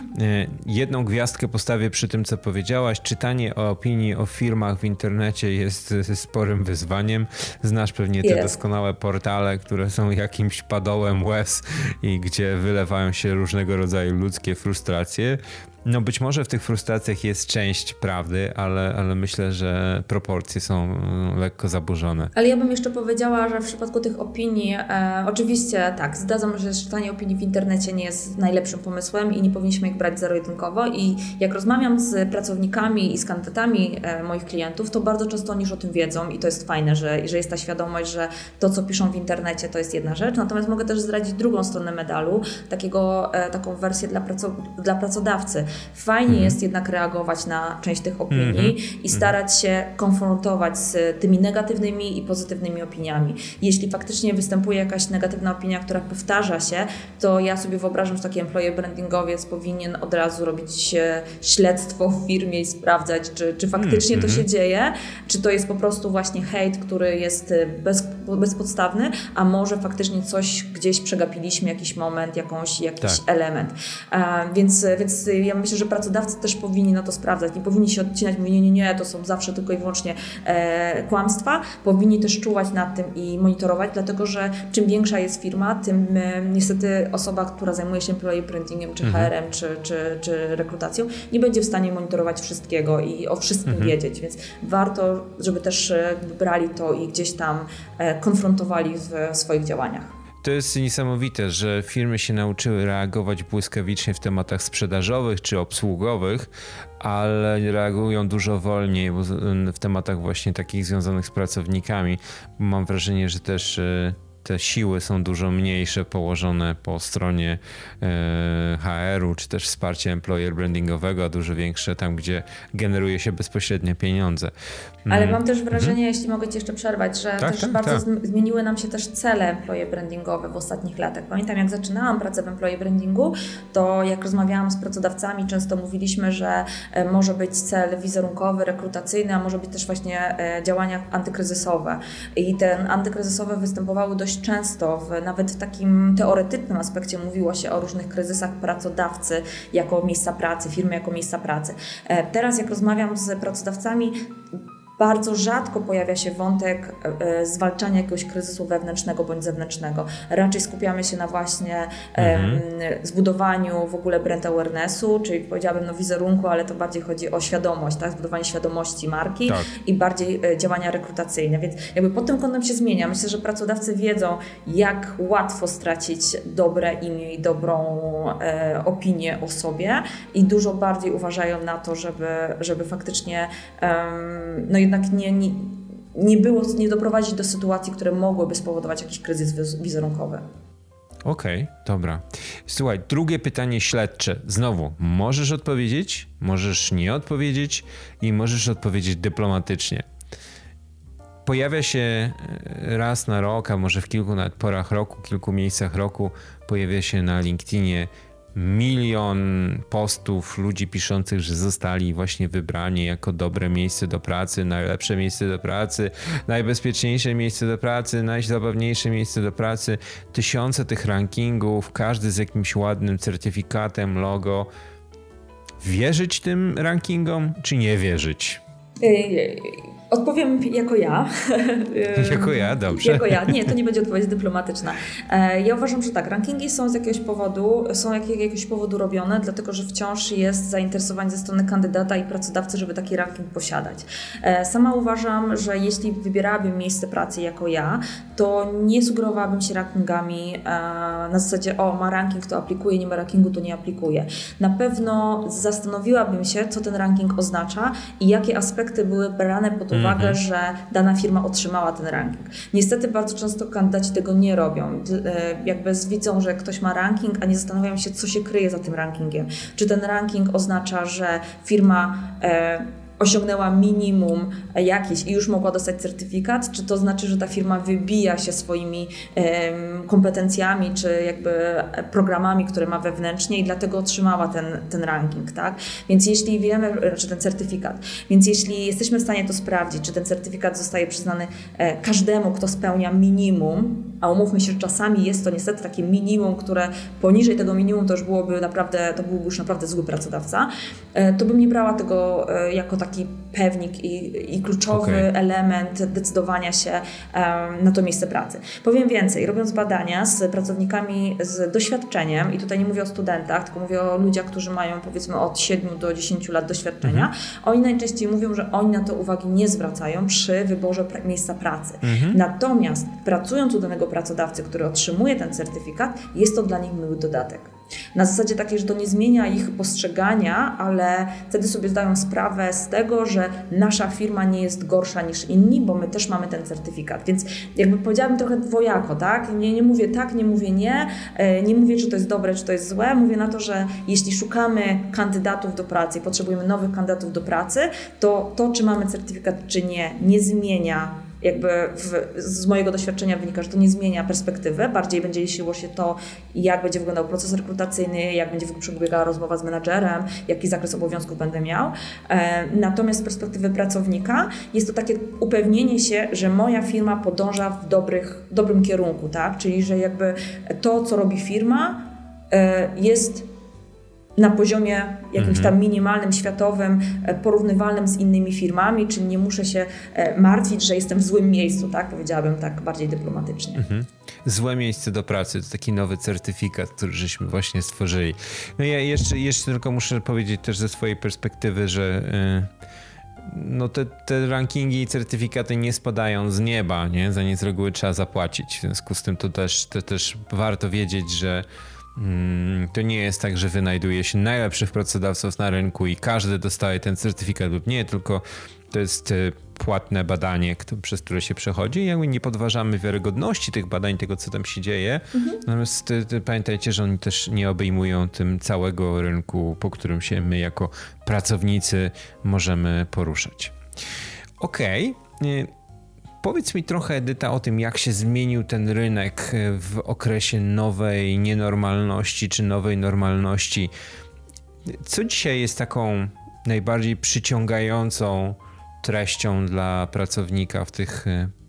Jedną gwiazdkę postawię przy tym, co powiedziałaś. Czytanie opinii o firmach w internecie jest sporym wyzwaniem. Znasz pewnie te doskonałe portale, które są jakimś padołem łez i gdzie wylewają się różnego rodzaju ludzkie frustracje. No być może w tych frustracjach jest część prawdy, ale myślę, że proporcje są lekko zaburzone. Ale ja bym jeszcze powiedziała, że w przypadku tych opinii, oczywiście tak, zgadzam, że czytanie opinii w internecie nie jest najlepszym pomysłem i nie powinniśmy ich brać zero-jedynkowo i jak rozmawiam z pracownikami i z kandydatami moich klientów, to bardzo często oni już o tym wiedzą i to jest fajne, że jest ta świadomość, że to, co piszą w internecie, to jest jedna rzecz, natomiast mogę też zdradzić drugą stronę medalu, taką wersję dla pracodawcy. Fajnie jest jednak reagować na część tych opinii i starać się konfrontować z tymi negatywnymi i pozytywnymi opiniami. Jeśli faktycznie występuje jakaś negatywna opinia, która powtarza się, to ja sobie wyobrażam, że taki employer brandingowiec powinien od razu robić śledztwo w firmie i sprawdzać, czy faktycznie to się dzieje, czy to jest po prostu właśnie hejt, który jest bezpodstawny, a może faktycznie coś gdzieś przegapiliśmy, jakiś moment, jakiś element. Więc ja myślę, że pracodawcy też powinni na to sprawdzać. Nie powinni się odcinać, mówić nie, to są zawsze tylko i wyłącznie kłamstwa. Powinni też czuwać nad tym i monitorować, dlatego że czym większa jest firma, tym niestety osoba, która zajmuje się employee brandingiem, czy HR-em, czy rekrutacją, nie będzie w stanie monitorować wszystkiego i o wszystkim wiedzieć, więc warto, żeby też brali to i gdzieś tam konfrontowali w swoich działaniach. To jest niesamowite, że firmy się nauczyły reagować błyskawicznie w tematach sprzedażowych czy obsługowych, ale reagują dużo wolniej w tematach właśnie takich związanych z pracownikami. Mam wrażenie, że też te siły są dużo mniejsze położone po stronie HR-u, czy też wsparcia employer brandingowego, a dużo większe tam, gdzie generuje się bezpośrednie pieniądze. Ale mam też wrażenie, jeśli mogę Ci jeszcze przerwać, że bardzo zmieniły nam się też cele employer brandingowe w ostatnich latach. Pamiętam, jak zaczynałam pracę w employer brandingu, to jak rozmawiałam z pracodawcami, często mówiliśmy, że może być cel wizerunkowy, rekrutacyjny, a może być też właśnie działania antykryzysowe. I te antykryzysowe występowały dość często, nawet w takim teoretycznym aspekcie mówiło się o różnych kryzysach pracodawcy jako miejsca pracy, firmy jako miejsca pracy. Teraz jak rozmawiam z pracodawcami, bardzo rzadko pojawia się wątek zwalczania jakiegoś kryzysu wewnętrznego bądź zewnętrznego. Raczej skupiamy się na właśnie zbudowaniu w ogóle brand awarenessu, czyli powiedziałabym wizerunku, ale to bardziej chodzi o świadomość, tak? Zbudowanie świadomości marki i bardziej działania rekrutacyjne. Więc jakby pod tym kątem się zmienia. Myślę, że pracodawcy wiedzą, jak łatwo stracić dobre imię i dobrą opinię o sobie i dużo bardziej uważają na to, żeby faktycznie jednak nie doprowadzić do sytuacji, które mogłyby spowodować jakiś kryzys wizerunkowy. Okej, dobra. Słuchaj, drugie pytanie śledcze. Znowu, możesz odpowiedzieć, możesz nie odpowiedzieć i możesz odpowiedzieć dyplomatycznie. Pojawia się raz na rok, a może w kilku nawet porach roku, kilku miejscach roku, pojawia się na LinkedInie 1 milion postów ludzi piszących, że zostali właśnie wybrani jako dobre miejsce do pracy, najlepsze miejsce do pracy, najbezpieczniejsze miejsce do pracy, najzabawniejsze miejsce do pracy. Tysiące tych rankingów, każdy z jakimś ładnym certyfikatem, logo. Wierzyć tym rankingom, czy nie wierzyć? Odpowiem jako ja. Jako ja, dobrze. Jako ja. Nie, to nie będzie odpowiedź dyplomatyczna. Ja uważam, że tak, rankingi są z jakiegoś powodu robione, dlatego że wciąż jest zainteresowanie ze strony kandydata i pracodawcy, żeby taki ranking posiadać. Sama uważam, że jeśli wybierałabym miejsce pracy jako ja, to nie sugerowałabym się rankingami na zasadzie ma ranking, to aplikuje, nie ma rankingu, to nie aplikuje. Na pewno zastanowiłabym się, co ten ranking oznacza i jakie aspekty były brane pod uwagę, że dana firma otrzymała ten ranking. Niestety bardzo często kandydaci tego nie robią. Jakby widzą, że ktoś ma ranking, a nie zastanawiają się, co się kryje za tym rankingiem. Czy ten ranking oznacza, że firma osiągnęła minimum jakieś i już mogła dostać certyfikat, czy to znaczy, że ta firma wybija się swoimi kompetencjami, czy jakby programami, które ma wewnętrznie i dlatego otrzymała ten ranking, tak? Więc jeśli wiemy, czy ten certyfikat, więc jeśli jesteśmy w stanie to sprawdzić, czy ten certyfikat zostaje przyznany każdemu, kto spełnia minimum, a umówmy się, że czasami jest to niestety takie minimum, które poniżej tego minimum to już byłby już naprawdę zły pracodawca, to bym nie brała tego jako taki pewnik i kluczowy element decydowania się na to miejsce pracy. Powiem więcej, robiąc badania z pracownikami z doświadczeniem, i tutaj nie mówię o studentach, tylko mówię o ludziach, którzy mają powiedzmy od 7 do 10 lat doświadczenia, oni najczęściej mówią, że oni na to uwagi nie zwracają przy wyborze miejsca pracy. Natomiast pracując u danego pracodawcy, który otrzymuje ten certyfikat, jest to dla nich miły dodatek. Na zasadzie takiej, że to nie zmienia ich postrzegania, ale wtedy sobie zdają sprawę z tego, że nasza firma nie jest gorsza niż inni, bo my też mamy ten certyfikat. Więc jakby powiedziałabym trochę dwojako, tak? Nie mówię tak, nie mówię nie, nie mówię, czy to jest dobre, czy to jest złe. Mówię na to, że jeśli szukamy kandydatów do pracy i potrzebujemy nowych kandydatów do pracy, to czy mamy certyfikat, czy nie zmienia. Jakby z mojego doświadczenia wynika, że to nie zmienia perspektywy, bardziej będzie liczyło się to, jak będzie wyglądał proces rekrutacyjny, jak będzie przebiegała rozmowa z menadżerem, jaki zakres obowiązków będę miał. Natomiast z perspektywy pracownika jest to takie upewnienie się, że moja firma podąża w dobrym kierunku, tak? Czyli że jakby to, co robi firma, jest na poziomie jakimś tam minimalnym, światowym, porównywalnym z innymi firmami, czyli nie muszę się martwić, że jestem w złym miejscu, tak? Powiedziałabym tak bardziej dyplomatycznie. Złe miejsce do pracy, to taki nowy certyfikat, który żeśmy właśnie stworzyli. No ja jeszcze tylko muszę powiedzieć też ze swojej perspektywy, że no te rankingi i certyfikaty nie spadają z nieba, nie? Za nie z reguły trzeba zapłacić. W związku z tym to też warto wiedzieć, że to nie jest tak, że wynajduje się najlepszych pracodawców na rynku i każdy dostaje ten certyfikat lub nie, tylko to jest płatne badanie, przez które się przechodzi i jakby nie podważamy wiarygodności tych badań, tego co tam się dzieje. Natomiast pamiętajcie, że oni też nie obejmują tym całego rynku, po którym się my jako pracownicy możemy poruszać. Okej. Powiedz mi trochę, Edyta, o tym, jak się zmienił ten rynek w okresie nowej nienormalności czy nowej normalności. Co dzisiaj jest taką najbardziej przyciągającą treścią dla pracownika w tych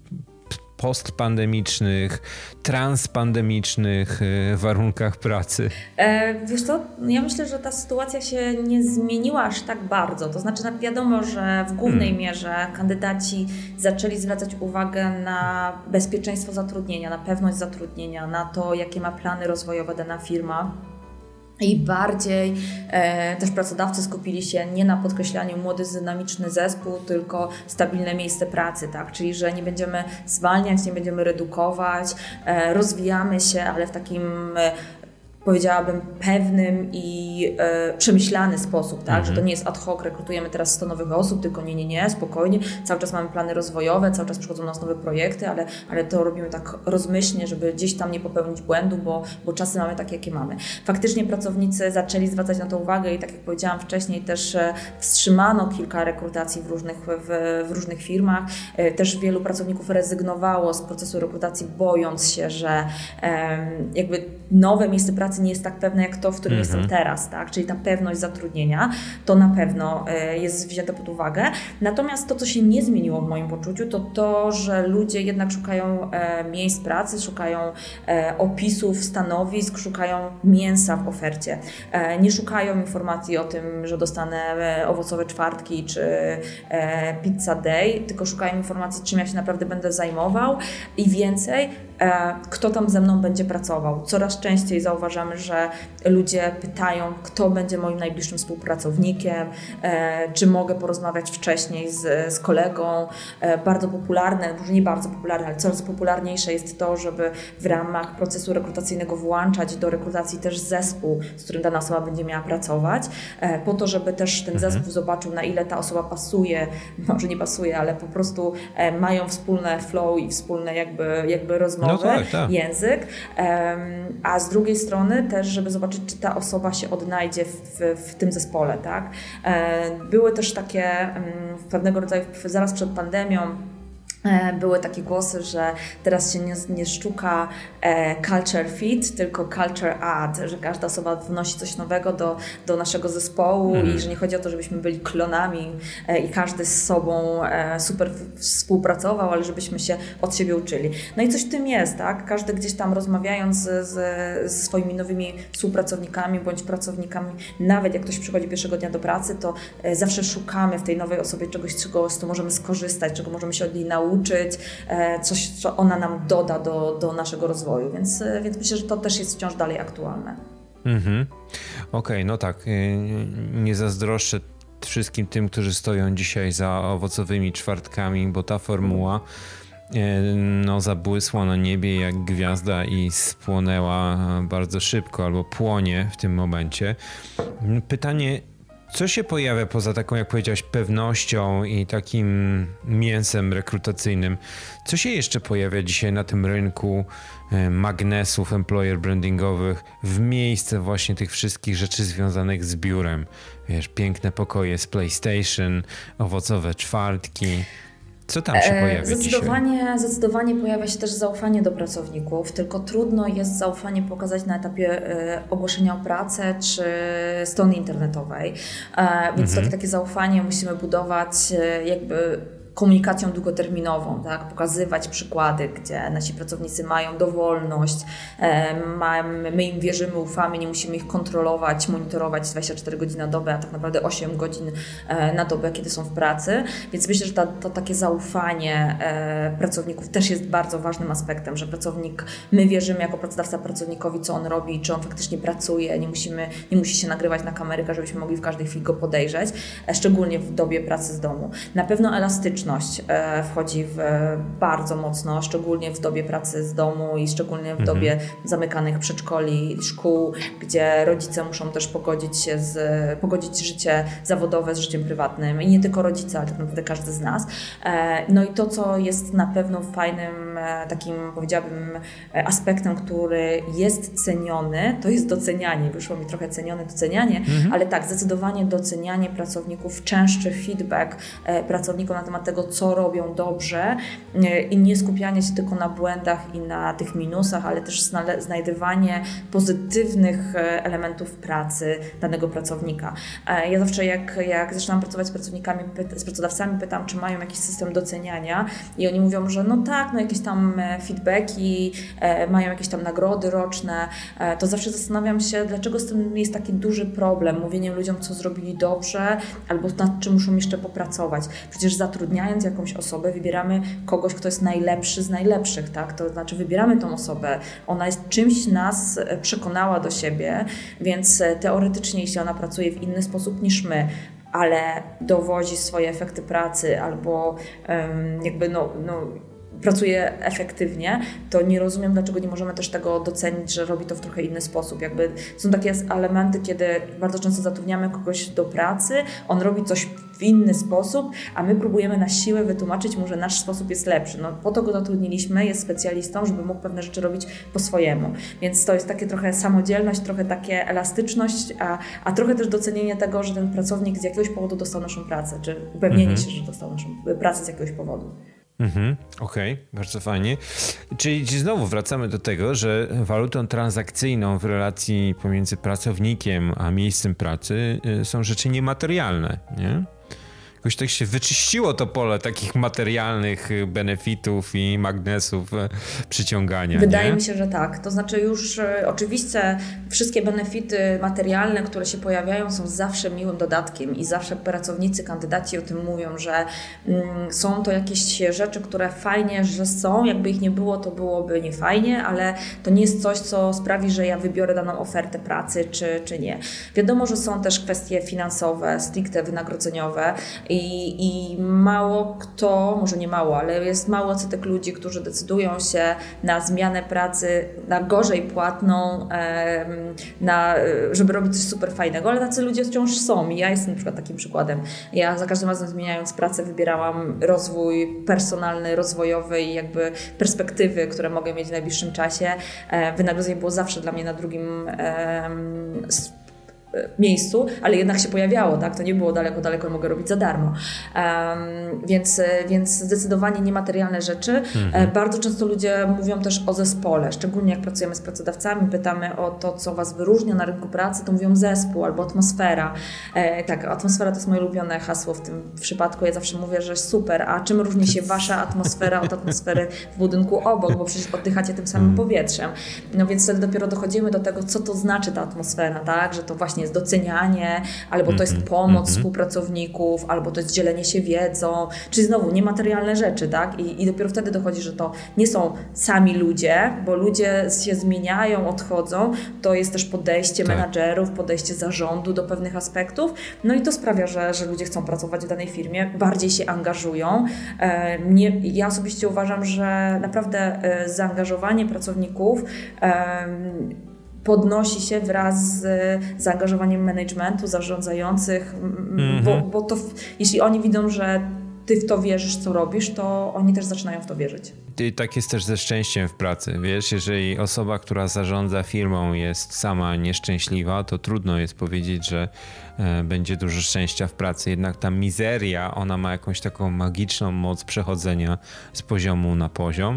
postpandemicznych, transpandemicznych warunkach pracy? Wiesz co, ja myślę, że ta sytuacja się nie zmieniła aż tak bardzo. To znaczy wiadomo, że w głównej mierze kandydaci zaczęli zwracać uwagę na bezpieczeństwo zatrudnienia, na pewność zatrudnienia, na to, jakie ma plany rozwojowe dana firma. I bardziej też pracodawcy skupili się nie na podkreślaniu młody, dynamiczny zespół, tylko stabilne miejsce pracy, tak? Czyli że nie będziemy zwalniać, nie będziemy redukować, rozwijamy się, ale w takim powiedziałabym, pewnym i przemyślany sposób, tak? Że to nie jest ad hoc, rekrutujemy teraz 100 nowych osób, tylko nie, spokojnie, cały czas mamy plany rozwojowe, cały czas przychodzą do nas nowe projekty, ale to robimy tak rozmyślnie, żeby gdzieś tam nie popełnić błędu, bo czasy mamy takie, jakie mamy. Faktycznie pracownicy zaczęli zwracać na to uwagę i tak jak powiedziałam wcześniej, też wstrzymano kilka rekrutacji w różnych firmach. Też wielu pracowników rezygnowało z procesu rekrutacji, bojąc się, że jakby nowe miejsce pracy nie jest tak pewne jak to, w którym jestem teraz, tak? Czyli ta pewność zatrudnienia, to na pewno jest wzięte pod uwagę. Natomiast to, co się nie zmieniło w moim poczuciu, to to, że ludzie jednak szukają miejsc pracy, szukają opisów stanowisk, szukają mięsa w ofercie. Nie szukają informacji o tym, że dostanę owocowe czwartki czy pizza day, tylko szukają informacji, czym ja się naprawdę będę zajmował i więcej, kto tam ze mną będzie pracował. Coraz częściej zauważamy, że ludzie pytają, kto będzie moim najbliższym współpracownikiem, czy mogę porozmawiać wcześniej z kolegą. Bardzo popularne, może nie bardzo popularne, ale coraz popularniejsze jest to, żeby w ramach procesu rekrutacyjnego włączać do rekrutacji też zespół, z którym dana osoba będzie miała pracować, po to, żeby też ten zespół zobaczył, na ile ta osoba pasuje, może nie pasuje, ale po prostu mają wspólne flow i wspólne jakby rozmowy, tak. Język, a z drugiej strony też, żeby zobaczyć, czy ta osoba się odnajdzie w tym zespole, tak? Były też takie pewnego rodzaju, zaraz przed pandemią, były takie głosy, że teraz się nie szuka culture fit, tylko culture add, że każda osoba wnosi coś nowego do naszego zespołu i że nie chodzi o to, żebyśmy byli klonami i każdy z sobą super współpracował, ale żebyśmy się od siebie uczyli. No i coś w tym jest, tak? Każdy gdzieś tam rozmawiając z swoimi nowymi współpracownikami bądź pracownikami, nawet jak ktoś przychodzi pierwszego dnia do pracy, to zawsze szukamy w tej nowej osobie czegoś, z czego możemy skorzystać, czego możemy się od niej nauczyć, coś, co ona nam doda do naszego rozwoju, więc myślę, że to też jest wciąż dalej aktualne. Okej, no tak, nie zazdroszczę wszystkim tym, którzy stoją dzisiaj za owocowymi czwartkami, bo ta formuła zabłysła na niebie jak gwiazda i spłonęła bardzo szybko, albo płonie w tym momencie. Pytanie, co się pojawia poza taką, jak powiedziałeś, pewnością i takim mięsem rekrutacyjnym? Co się jeszcze pojawia dzisiaj na tym rynku magnesów employer brandingowych w miejsce właśnie tych wszystkich rzeczy związanych z biurem? Wiesz, piękne pokoje z PlayStation, owocowe czwartki. Co tam się pojawia Zdecydowanie pojawia się też zaufanie do pracowników, tylko trudno jest zaufanie pokazać na etapie ogłoszenia o pracę czy strony internetowej, więc takie zaufanie musimy budować jakby komunikacją długoterminową, tak? Pokazywać przykłady, gdzie nasi pracownicy mają dowolność, my im wierzymy, ufamy, nie musimy ich kontrolować, monitorować 24 godziny na dobę, a tak naprawdę 8 godzin na dobę, kiedy są w pracy. Więc myślę, że to takie zaufanie pracowników też jest bardzo ważnym aspektem, że my wierzymy jako pracodawca pracownikowi, co on robi, czy on faktycznie pracuje, nie musi się nagrywać na kamerkę, żebyśmy mogli w każdej chwili go podejrzeć, szczególnie w dobie pracy z domu. Na pewno elastyczność wchodzi bardzo mocno, szczególnie w dobie pracy z domu i szczególnie w dobie zamykanych przedszkoli, szkół, gdzie rodzice muszą też pogodzić życie zawodowe z życiem prywatnym i nie tylko rodzice, ale tak naprawdę każdy z nas. No i to, co jest na pewno fajnym takim, powiedziałabym, aspektem, który jest ceniony, to jest docenianie. Wyszło mi trochę docenianie, ale tak, zdecydowanie docenianie pracowników, częstszy feedback pracownikom na temat tego, co robią dobrze i nie skupianie się tylko na błędach i na tych minusach, ale też znajdywanie pozytywnych elementów pracy danego pracownika. Ja zawsze jak zaczynam pracować z pracodawcami, pytam, czy mają jakiś system doceniania i oni mówią, że no tak, no jakieś tam feedbacki, mają jakieś tam nagrody roczne, to zawsze zastanawiam się, dlaczego z tym jest taki duży problem, mówieniem ludziom, co zrobili dobrze albo nad czym muszą jeszcze popracować. Przecież zatrudniając jakąś osobę, wybieramy kogoś, kto jest najlepszy z najlepszych, tak? To znaczy wybieramy tą osobę, ona jest czymś nas przekonała do siebie, więc teoretycznie, jeśli ona pracuje w inny sposób niż my, ale dowozi swoje efekty pracy albo jakby pracuje efektywnie, to nie rozumiem, dlaczego nie możemy też tego docenić, że robi to w trochę inny sposób. Jakby są takie elementy, kiedy bardzo często zatrudniamy kogoś do pracy, on robi coś w inny sposób, a my próbujemy na siłę wytłumaczyć mu, że nasz sposób jest lepszy. No, po to go zatrudniliśmy, jest specjalistą, żeby mógł pewne rzeczy robić po swojemu. Więc to jest takie trochę samodzielność, trochę takie elastyczność, a trochę też docenienie tego, że ten pracownik z jakiegoś powodu dostał naszą pracę, czy upewnienie się, że dostał naszą pracę z jakiegoś powodu. Okej, bardzo fajnie. Czyli znowu wracamy do tego, że walutą transakcyjną w relacji pomiędzy pracownikiem a miejscem pracy są rzeczy niematerialne, nie? Jakoś tak się wyczyściło to pole takich materialnych benefitów i magnesów przyciągania. Wydaje mi się, że tak. To znaczy już oczywiście wszystkie benefity materialne, które się pojawiają, są zawsze miłym dodatkiem i zawsze pracownicy, kandydaci o tym mówią, że są to jakieś rzeczy, które fajnie, że są. Jakby ich nie było, to byłoby niefajnie, ale to nie jest coś, co sprawi, że ja wybiorę daną ofertę pracy, czy nie. Wiadomo, że są też kwestie finansowe, stricte wynagrodzeniowe. I mało kto, może nie mało, ale jest mało odsetek ludzi, którzy decydują się na zmianę pracy, na gorzej płatną, żeby robić coś super fajnego, ale tacy ludzie wciąż są i ja jestem na przykład takim przykładem. Ja za każdym razem zmieniając pracę wybierałam rozwój personalny, rozwojowy i jakby perspektywy, które mogę mieć w najbliższym czasie. Wynagrodzenie było zawsze dla mnie na drugim miejscu, ale jednak się pojawiało, tak? To nie było daleko mogę robić za darmo. Więc zdecydowanie niematerialne rzeczy. Bardzo często ludzie mówią też o zespole, szczególnie jak pracujemy z pracodawcami, pytamy o to, co Was wyróżnia na rynku pracy, to mówią zespół albo atmosfera. Tak, atmosfera to jest moje ulubione hasło w tym przypadku. Ja zawsze mówię, że super, a czym różni się Wasza atmosfera od atmosfery w budynku obok, bo przecież oddychacie tym samym powietrzem. No więc wtedy dopiero dochodzimy do tego, co to znaczy ta atmosfera, tak? Że to właśnie jest docenianie, albo to jest pomoc współpracowników, albo to jest dzielenie się wiedzą, czyli znowu niematerialne rzeczy, tak? I dopiero wtedy dochodzi, że to nie są sami ludzie, bo ludzie się zmieniają, odchodzą, to jest też podejście menadżerów, podejście zarządu do pewnych aspektów, no i to sprawia, że ludzie chcą pracować w danej firmie, bardziej się angażują. Ja osobiście uważam, że naprawdę zaangażowanie pracowników podnosi się wraz z zaangażowaniem managementu, zarządzających, bo to, jeśli oni widzą, że ty w to wierzysz, co robisz, to oni też zaczynają w to wierzyć. I tak jest też ze szczęściem w pracy. Wiesz, jeżeli osoba, która zarządza firmą, jest sama nieszczęśliwa, to trudno jest powiedzieć, że będzie dużo szczęścia w pracy. Jednak ta mizeria, ona ma jakąś taką magiczną moc przechodzenia z poziomu na poziom.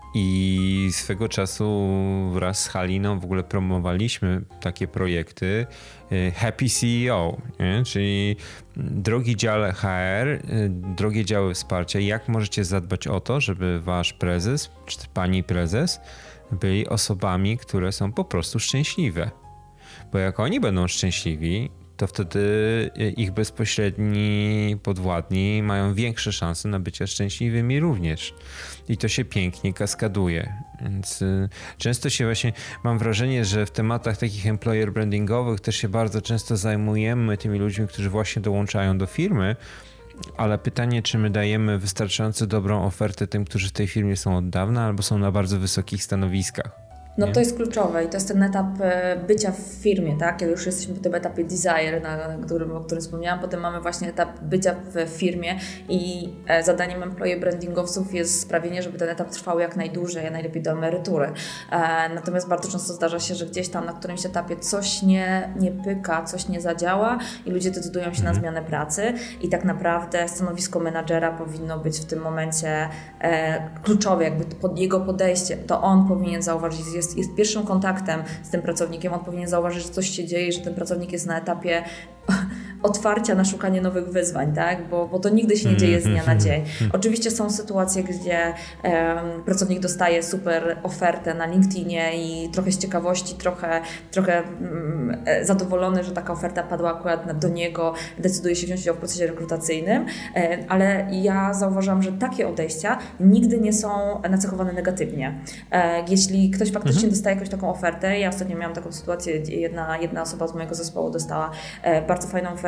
I swego czasu wraz z Haliną w ogóle promowaliśmy takie projekty Happy CEO, nie? Czyli drogi dziale HR, drogie działy wsparcia, jak możecie zadbać o to, żeby wasz prezes czy pani prezes byli osobami, które są po prostu szczęśliwe. Bo jak oni będą szczęśliwi, to wtedy ich bezpośredni podwładni mają większe szanse na bycie szczęśliwymi również. I to się pięknie kaskaduje. Więc często się właśnie, mam wrażenie, że w tematach takich employer brandingowych też się bardzo często zajmujemy tymi ludźmi, którzy właśnie dołączają do firmy, ale pytanie, czy my dajemy wystarczająco dobrą ofertę tym, którzy w tej firmie są od dawna albo są na bardzo wysokich stanowiskach. No to jest kluczowe i to jest ten etap bycia w firmie, tak? Kiedy już jesteśmy w tym etapie desire, o którym wspomniałam, potem mamy właśnie etap bycia w firmie i zadaniem employee brandingowców jest sprawienie, żeby ten etap trwał jak najdłużej, a najlepiej do emerytury. Natomiast bardzo często zdarza się, że gdzieś tam na którymś etapie coś nie pyka, coś nie zadziała i ludzie decydują się na zmianę pracy i tak naprawdę stanowisko menadżera powinno być w tym momencie kluczowe, jakby jego podejście, to on powinien zauważyć, jest pierwszym kontaktem z tym pracownikiem, on powinien zauważyć, że coś się dzieje, że ten pracownik jest na etapie otwarcia na szukanie nowych wyzwań, tak? Bo to nigdy się nie dzieje z dnia na dzień. Oczywiście są sytuacje, gdzie pracownik dostaje super ofertę na LinkedInie i trochę z ciekawości, trochę zadowolony, że taka oferta padła akurat do niego, decyduje się wziąć udział w procesie rekrutacyjnym, ale ja zauważam, że takie odejścia nigdy nie są nacechowane negatywnie. Jeśli ktoś faktycznie dostaje jakąś taką ofertę, ja ostatnio miałam taką sytuację, jedna osoba z mojego zespołu dostała bardzo fajną ofertę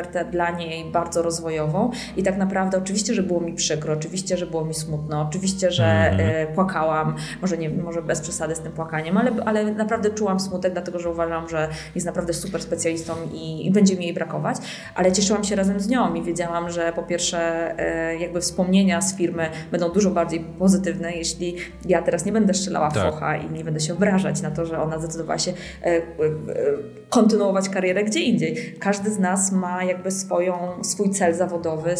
ofertę dla niej bardzo rozwojową i tak naprawdę oczywiście, że było mi przykro, oczywiście, że było mi smutno, oczywiście, że płakałam, może bez przesady z tym płakaniem, ale naprawdę czułam smutek, dlatego że uważam, że jest naprawdę super specjalistą i będzie mi jej brakować, ale cieszyłam się razem z nią i wiedziałam, że po pierwsze jakby wspomnienia z firmy będą dużo bardziej pozytywne, jeśli ja teraz nie będę strzelała focha i nie będę się obrażać na to, że ona zdecydowała się kontynuować karierę gdzie indziej. Każdy z nas ma jakby swój cel zawodowy,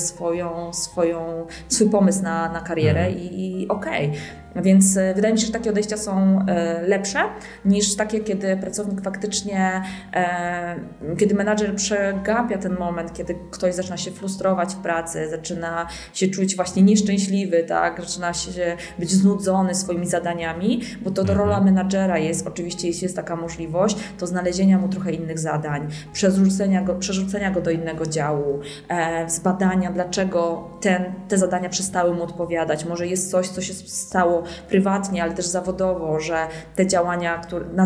swój pomysł na karierę i okej. Więc wydaje mi się, że takie odejścia są lepsze niż takie, kiedy pracownik faktycznie, kiedy menadżer przegapia ten moment, kiedy ktoś zaczyna się frustrować w pracy, zaczyna się czuć właśnie nieszczęśliwy, tak? Zaczyna się być znudzony swoimi zadaniami, bo to rola menadżera jest, oczywiście jeśli jest taka możliwość, to znalezienia mu trochę innych zadań, przerzucenia go do innego działu, zbadania, dlaczego te zadania przestały mu odpowiadać. Może jest coś, co się stało prywatnie, ale też zawodowo, że te działania,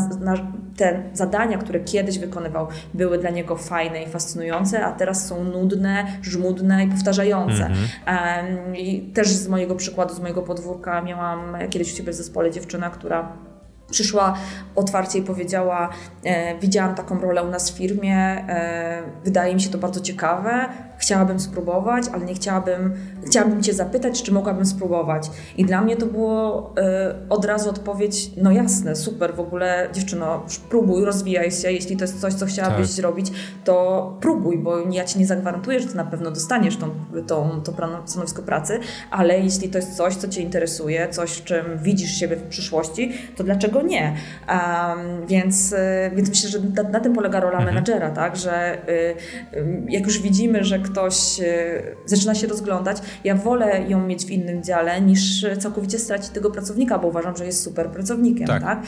te zadania, które kiedyś wykonywał, były dla niego fajne i fascynujące, a teraz są nudne, żmudne i powtarzające. I też z mojego przykładu, z mojego podwórka miałam kiedyś u siebie w zespole dziewczynę, która przyszła otwarcie i powiedziała, widziałam taką rolę u nas w firmie, wydaje mi się to bardzo ciekawe, chciałabym spróbować, ale chciałabym Cię zapytać, czy mogłabym spróbować. I dla mnie to było od razu odpowiedź, no jasne, super, w ogóle dziewczyno, próbuj, rozwijaj się, jeśli to jest coś, co chciałabyś zrobić, to próbuj, bo ja Ci nie zagwarantuję, że Ty na pewno dostaniesz to stanowisko pracy, ale jeśli to jest coś, co Cię interesuje, coś, w czym widzisz siebie w przyszłości, to dlaczego nie? Więc myślę, że na tym polega rola menadżera, tak? Że jak już widzimy, że ktoś zaczyna się rozglądać, ja wolę ją mieć w innym dziale, niż całkowicie stracić tego pracownika, bo uważam, że jest super pracownikiem, tak?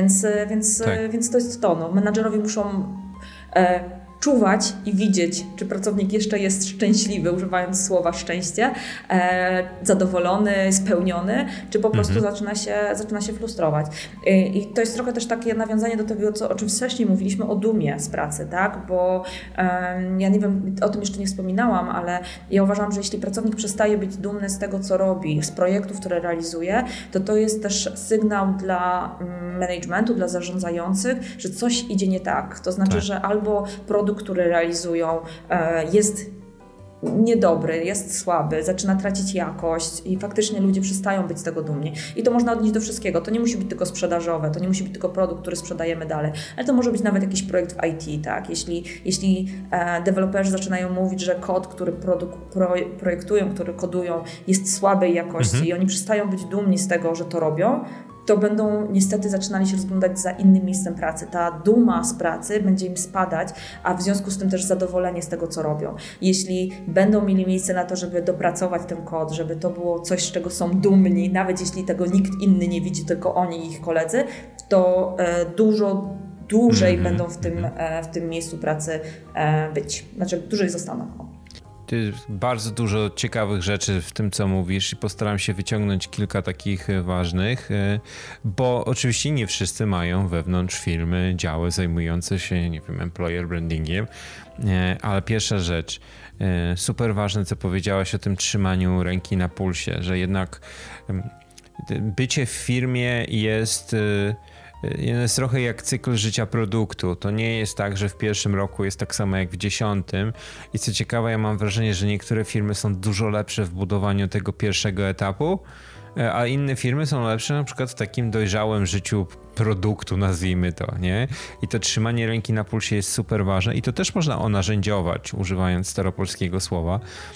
Więc to jest to. No. Menadżerowie muszą czuwać i widzieć, czy pracownik jeszcze jest szczęśliwy, używając słowa szczęście, zadowolony, spełniony, czy po prostu zaczyna się frustrować. I to jest trochę też takie nawiązanie do tego, o czym wcześniej mówiliśmy, o dumie z pracy, tak? Bo ja nie wiem, o tym jeszcze nie wspominałam, ale ja uważam, że jeśli pracownik przestaje być dumny z tego, co robi, z projektów, które realizuje, to jest też sygnał dla managementu, dla zarządzających, że coś idzie nie tak. To znaczy, że albo produkt, który realizują, jest niedobry, jest słaby, zaczyna tracić jakość i faktycznie ludzie przestają być z tego dumni. I to można odnieść do wszystkiego. To nie musi być tylko sprzedażowe, to nie musi być tylko produkt, który sprzedajemy dalej, ale to może być nawet jakiś projekt w IT, tak? Jeśli deweloperzy zaczynają mówić, że kod, który projektują, który kodują, jest słabej jakości i oni przestają być dumni z tego, że to robią, to będą niestety zaczynali się rozglądać za innym miejscem pracy. Ta duma z pracy będzie im spadać, a w związku z tym też zadowolenie z tego, co robią. Jeśli będą mieli miejsce na to, żeby dopracować ten kod, żeby to było coś, z czego są dumni, nawet jeśli tego nikt inny nie widzi, tylko oni i ich koledzy, to dużo dłużej będą w tym miejscu pracy być. Znaczy dłużej zostaną. Bardzo dużo ciekawych rzeczy w tym, co mówisz i postaram się wyciągnąć kilka takich ważnych, bo oczywiście nie wszyscy mają wewnątrz firmy działy zajmujące się, nie wiem, employer brandingiem, ale pierwsza rzecz, super ważne, co powiedziałaś o tym trzymaniu ręki na pulsie, że jednak bycie w firmie jest trochę jak cykl życia produktu. To nie jest tak, że w pierwszym roku jest tak samo jak w 10. I co ciekawe, ja mam wrażenie, że niektóre firmy są dużo lepsze w budowaniu tego pierwszego etapu, a inne firmy są lepsze na przykład w takim dojrzałym życiu produktu, nazwijmy to, nie? I to trzymanie ręki na pulsie jest super ważne i to też można onarzędziować, używając staropolskiego słowa,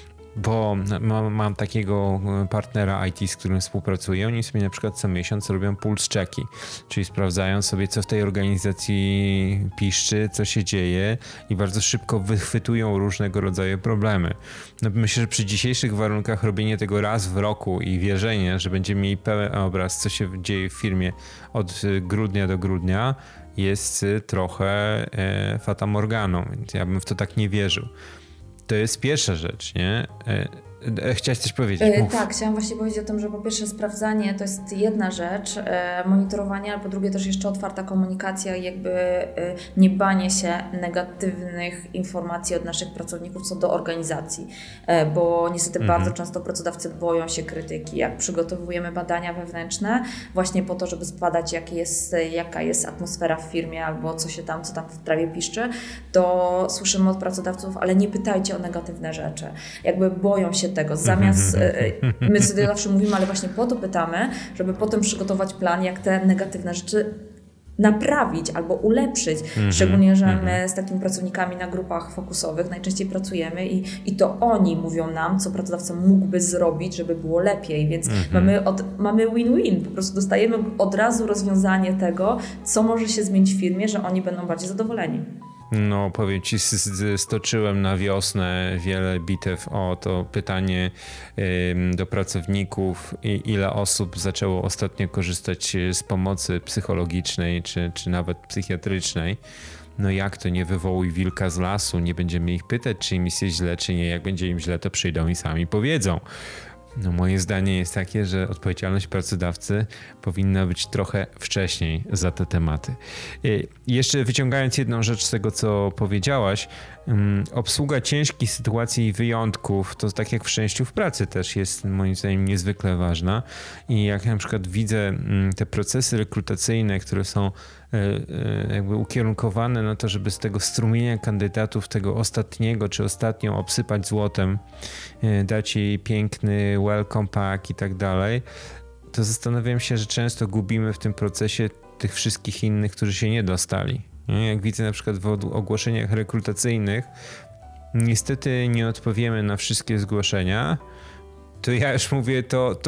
bo mam takiego partnera IT, z którym współpracuję. Oni sobie na przykład co miesiąc robią pulse checki, czyli sprawdzają sobie, co w tej organizacji piszczy, co się dzieje i bardzo szybko wychwytują różnego rodzaju problemy. No, myślę, że przy dzisiejszych warunkach robienie tego raz w roku i wierzenie, że będziemy mieli pełen obraz, co się dzieje w firmie od grudnia do grudnia, jest trochę fatamorganą, więc ja bym w to tak nie wierzył. To jest pierwsza rzecz, nie? Chciałaś coś powiedzieć? Tak, chciałam właśnie powiedzieć o tym, że po pierwsze sprawdzanie to jest jedna rzecz, monitorowanie, ale po drugie też jeszcze otwarta komunikacja i jakby nie banie się negatywnych informacji od naszych pracowników co do organizacji, bo niestety bardzo często pracodawcy boją się krytyki. Jak przygotowujemy badania wewnętrzne właśnie po to, żeby zbadać jaka jest atmosfera w firmie albo co tam w trawie piszczy, to słyszymy od pracodawców, ale nie pytajcie o negatywne rzeczy. Jakby boją się tego. Zamiast, my sobie zawsze mówimy, ale właśnie po to pytamy, żeby potem przygotować plan, jak te negatywne rzeczy naprawić albo ulepszyć. Szczególnie, że my z takimi pracownikami na grupach fokusowych najczęściej pracujemy i to oni mówią nam, co pracodawca mógłby zrobić, żeby było lepiej, więc mamy win-win. Po prostu dostajemy od razu rozwiązanie tego, co może się zmienić w firmie, że oni będą bardziej zadowoleni. No, powiem Ci, stoczyłem na wiosnę wiele bitew o to pytanie do pracowników, ile osób zaczęło ostatnio korzystać z pomocy psychologicznej czy nawet psychiatrycznej. No jak to, nie wywołuj wilka z lasu, nie będziemy ich pytać, czy im jest źle, czy nie. Jak będzie im źle, to przyjdą i sami powiedzą. No, moje zdanie jest takie, że odpowiedzialność pracodawcy powinna być trochę wcześniej za te tematy. Jeszcze wyciągając jedną rzecz z tego, co powiedziałaś, obsługa ciężkich sytuacji i wyjątków, to tak jak w szczęściu w pracy też jest moim zdaniem niezwykle ważna. I jak na przykład widzę te procesy rekrutacyjne, które są jakby ukierunkowane na to, żeby z tego strumienia kandydatów, tego ostatniego czy ostatnią obsypać złotem, dać jej piękny welcome pack i tak dalej, to zastanawiam się, że często gubimy w tym procesie tych wszystkich innych, którzy się nie dostali. Jak widzę na przykład w ogłoszeniach rekrutacyjnych, niestety nie odpowiemy na wszystkie zgłoszenia, to ja już mówię,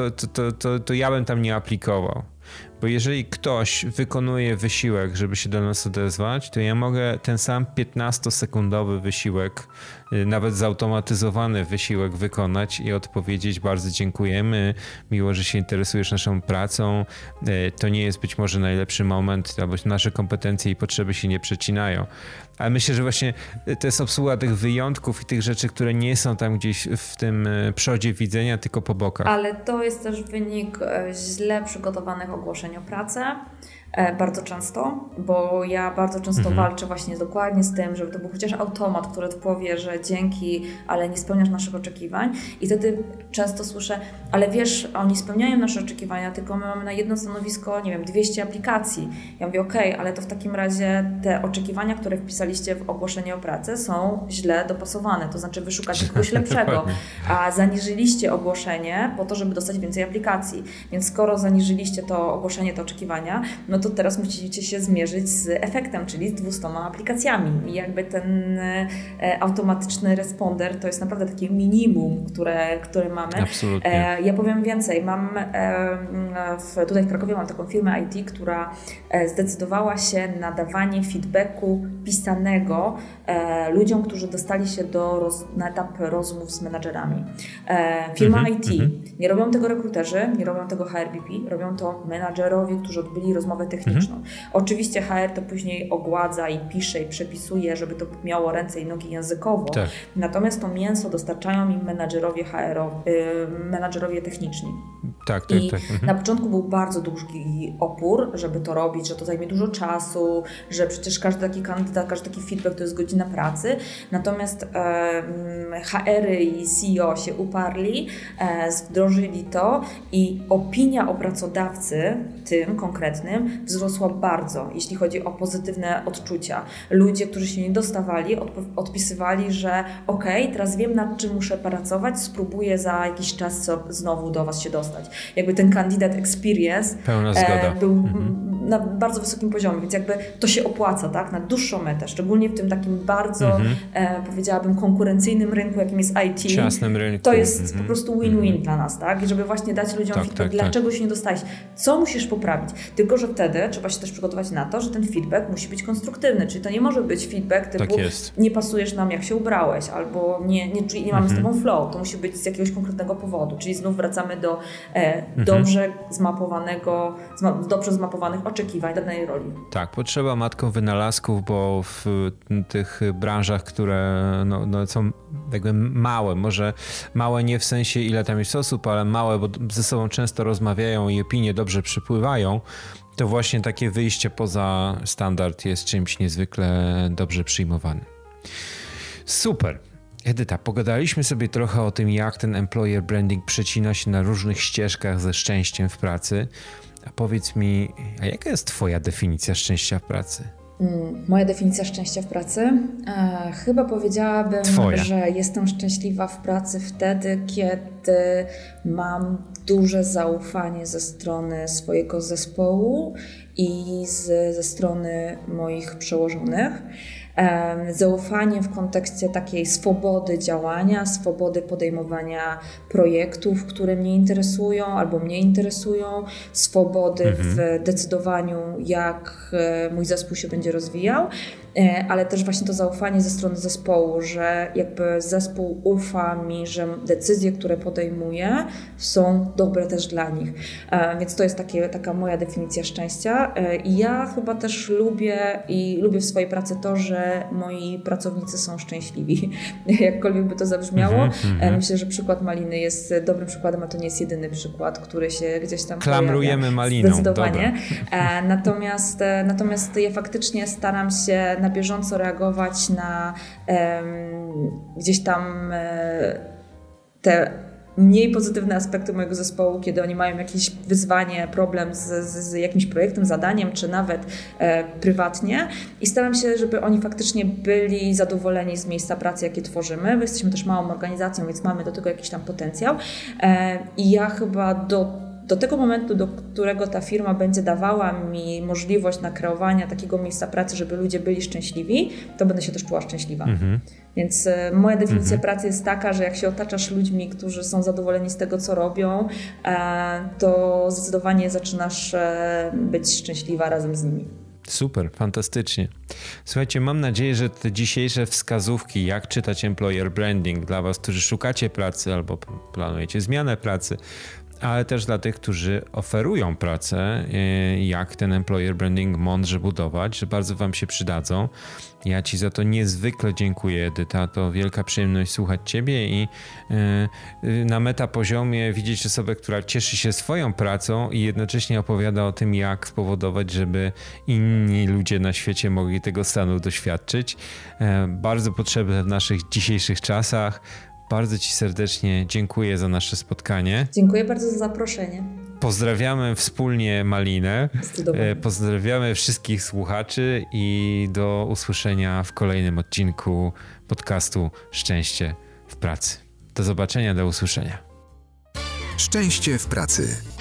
to ja bym tam nie aplikował. Bo jeżeli ktoś wykonuje wysiłek, żeby się do nas odezwać, to ja mogę ten sam 15-sekundowy wysiłek, nawet zautomatyzowany wysiłek wykonać i odpowiedzieć: bardzo dziękujemy, miło, że się interesujesz naszą pracą, to nie jest być może najlepszy moment, albo nasze kompetencje i potrzeby się nie przecinają. Ale myślę, że właśnie to jest obsługa tych wyjątków i tych rzeczy, które nie są tam gdzieś w tym przodzie widzenia, tylko po bokach. Ale to jest też wynik źle przygotowanych ogłoszeń o pracę. Bardzo często, bo ja bardzo często walczę właśnie dokładnie z tym, żeby to był chociaż automat, który powie, że dzięki, ale nie spełniasz naszych oczekiwań, i wtedy często słyszę: ale wiesz, oni spełniają nasze oczekiwania, tylko my mamy na jedno stanowisko, nie wiem, 200 aplikacji. Ja mówię: okej, ale to w takim razie te oczekiwania, które wpisaliście w ogłoszenie o pracę, są źle dopasowane, to znaczy wy szukacie kogoś lepszego, a zaniżyliście ogłoszenie po to, żeby dostać więcej aplikacji, więc skoro zaniżyliście to ogłoszenie, te oczekiwania, no to teraz musicie się zmierzyć z efektem, czyli z 200 aplikacjami. I jakby ten automatyczny responder to jest naprawdę takie minimum, które mamy. Absolutnie. Ja powiem więcej. Tutaj w Krakowie mam taką firmę IT, która zdecydowała się na dawanie feedbacku pisanego ludziom, którzy dostali się na etap rozmów z menadżerami. Firma IT. Nie robią tego rekruterzy, nie robią tego HRBP, robią to menadżerowie, którzy odbyli rozmowę techniczną. Oczywiście HR to później ogładza i pisze i przepisuje, żeby to miało ręce i nogi językowo. Tak. Natomiast to mięso dostarczają im menadżerowie techniczni. Tak. Na początku był bardzo długi opór, żeby to robić, że to zajmie dużo czasu, że przecież każdy taki kandydat, każdy taki feedback to jest godzina pracy. Natomiast HR-y i CEO się uparli, wdrożyli to i opinia o pracodawcy, tym konkretnym, wzrosła bardzo, jeśli chodzi o pozytywne odczucia. Ludzie, którzy się nie dostawali, odpisywali, że okej, teraz wiem, nad czym muszę pracować, spróbuję za jakiś czas znowu do Was się dostać. Jakby ten kandydat experience był na bardzo wysokim poziomie, więc jakby to się opłaca, tak, na dłuższą metę, szczególnie w tym takim bardzo, powiedziałabym, konkurencyjnym rynku, jakim jest IT. Ciasnym rynku. To jest po prostu win-win dla nas, tak, i żeby właśnie dać ludziom feedback, dlaczego się nie dostałeś, co musisz poprawić, tylko że wtedy trzeba się też przygotować na to, że ten feedback musi być konstruktywny, czyli to nie może być feedback typu nie pasujesz nam, jak się ubrałeś, albo nie mamy z tobą flow, to musi być z jakiegoś konkretnego powodu, czyli znów wracamy do dobrze zmapowanych oczekiwań, oczekiwań danej roli. Tak, potrzeba matką wynalazków, bo w tych branżach, które są jakby małe, może małe nie w sensie ile tam jest osób, ale małe, bo ze sobą często rozmawiają i opinie dobrze przypływają, to właśnie takie wyjście poza standard jest czymś niezwykle dobrze przyjmowanym. Super. Edyta, pogadaliśmy sobie trochę o tym, jak ten employer branding przecina się na różnych ścieżkach ze szczęściem w pracy. A powiedz mi, a jaka jest twoja definicja szczęścia w pracy? Moja definicja szczęścia w pracy? Chyba powiedziałabym, że jestem szczęśliwa w pracy wtedy, kiedy mam duże zaufanie ze strony swojego zespołu i ze strony moich przełożonych. Zaufanie w kontekście takiej swobody działania, swobody podejmowania projektów, które mnie interesują albo mnie interesują, swobody w decydowaniu, jak mój zespół się będzie rozwijał, ale też właśnie to zaufanie ze strony zespołu, że jakby zespół ufa mi, że decyzje, które podejmuję, są dobre też dla nich. Więc to jest taka moja definicja szczęścia. I ja chyba też lubię w swojej pracy to, że moi pracownicy są szczęśliwi. Jakkolwiek by to zabrzmiało. Myślę, że przykład Maliny jest dobrym przykładem, a to nie jest jedyny przykład, który się gdzieś tam klamrujemy Maliną. Zdecydowanie. Natomiast ja faktycznie staram się na bieżąco reagować na gdzieś tam te mniej pozytywne aspekty mojego zespołu, kiedy oni mają jakieś wyzwanie, problem z jakimś projektem, zadaniem, czy nawet prywatnie, i staram się, żeby oni faktycznie byli zadowoleni z miejsca pracy, jakie tworzymy. My jesteśmy też małą organizacją, więc mamy do tego jakiś tam potencjał i ja chyba do tego momentu, do którego ta firma będzie dawała mi możliwość nakreowania takiego miejsca pracy, żeby ludzie byli szczęśliwi, to będę się też czuła szczęśliwa. Więc moja definicja pracy jest taka, że jak się otaczasz ludźmi, którzy są zadowoleni z tego, co robią, to zdecydowanie zaczynasz być szczęśliwa razem z nimi. Super, fantastycznie. Słuchajcie, mam nadzieję, że te dzisiejsze wskazówki, jak czytać employer branding dla was, którzy szukacie pracy albo planujecie zmianę pracy, ale też dla tych, którzy oferują pracę, jak ten employer branding mądrze budować, że bardzo wam się przydadzą. Ja ci za to niezwykle dziękuję, Edyta. To wielka przyjemność słuchać ciebie i na metapoziomie widzieć osobę, która cieszy się swoją pracą i jednocześnie opowiada o tym, jak spowodować, żeby inni ludzie na świecie mogli tego stanu doświadczyć. Bardzo potrzebne w naszych dzisiejszych czasach. Bardzo ci serdecznie dziękuję za nasze spotkanie. Dziękuję bardzo za zaproszenie. Pozdrawiamy wspólnie Malinę. Pozdrawiamy wszystkich słuchaczy i do usłyszenia w kolejnym odcinku podcastu Szczęście w pracy. Do zobaczenia, do usłyszenia. Szczęście w pracy.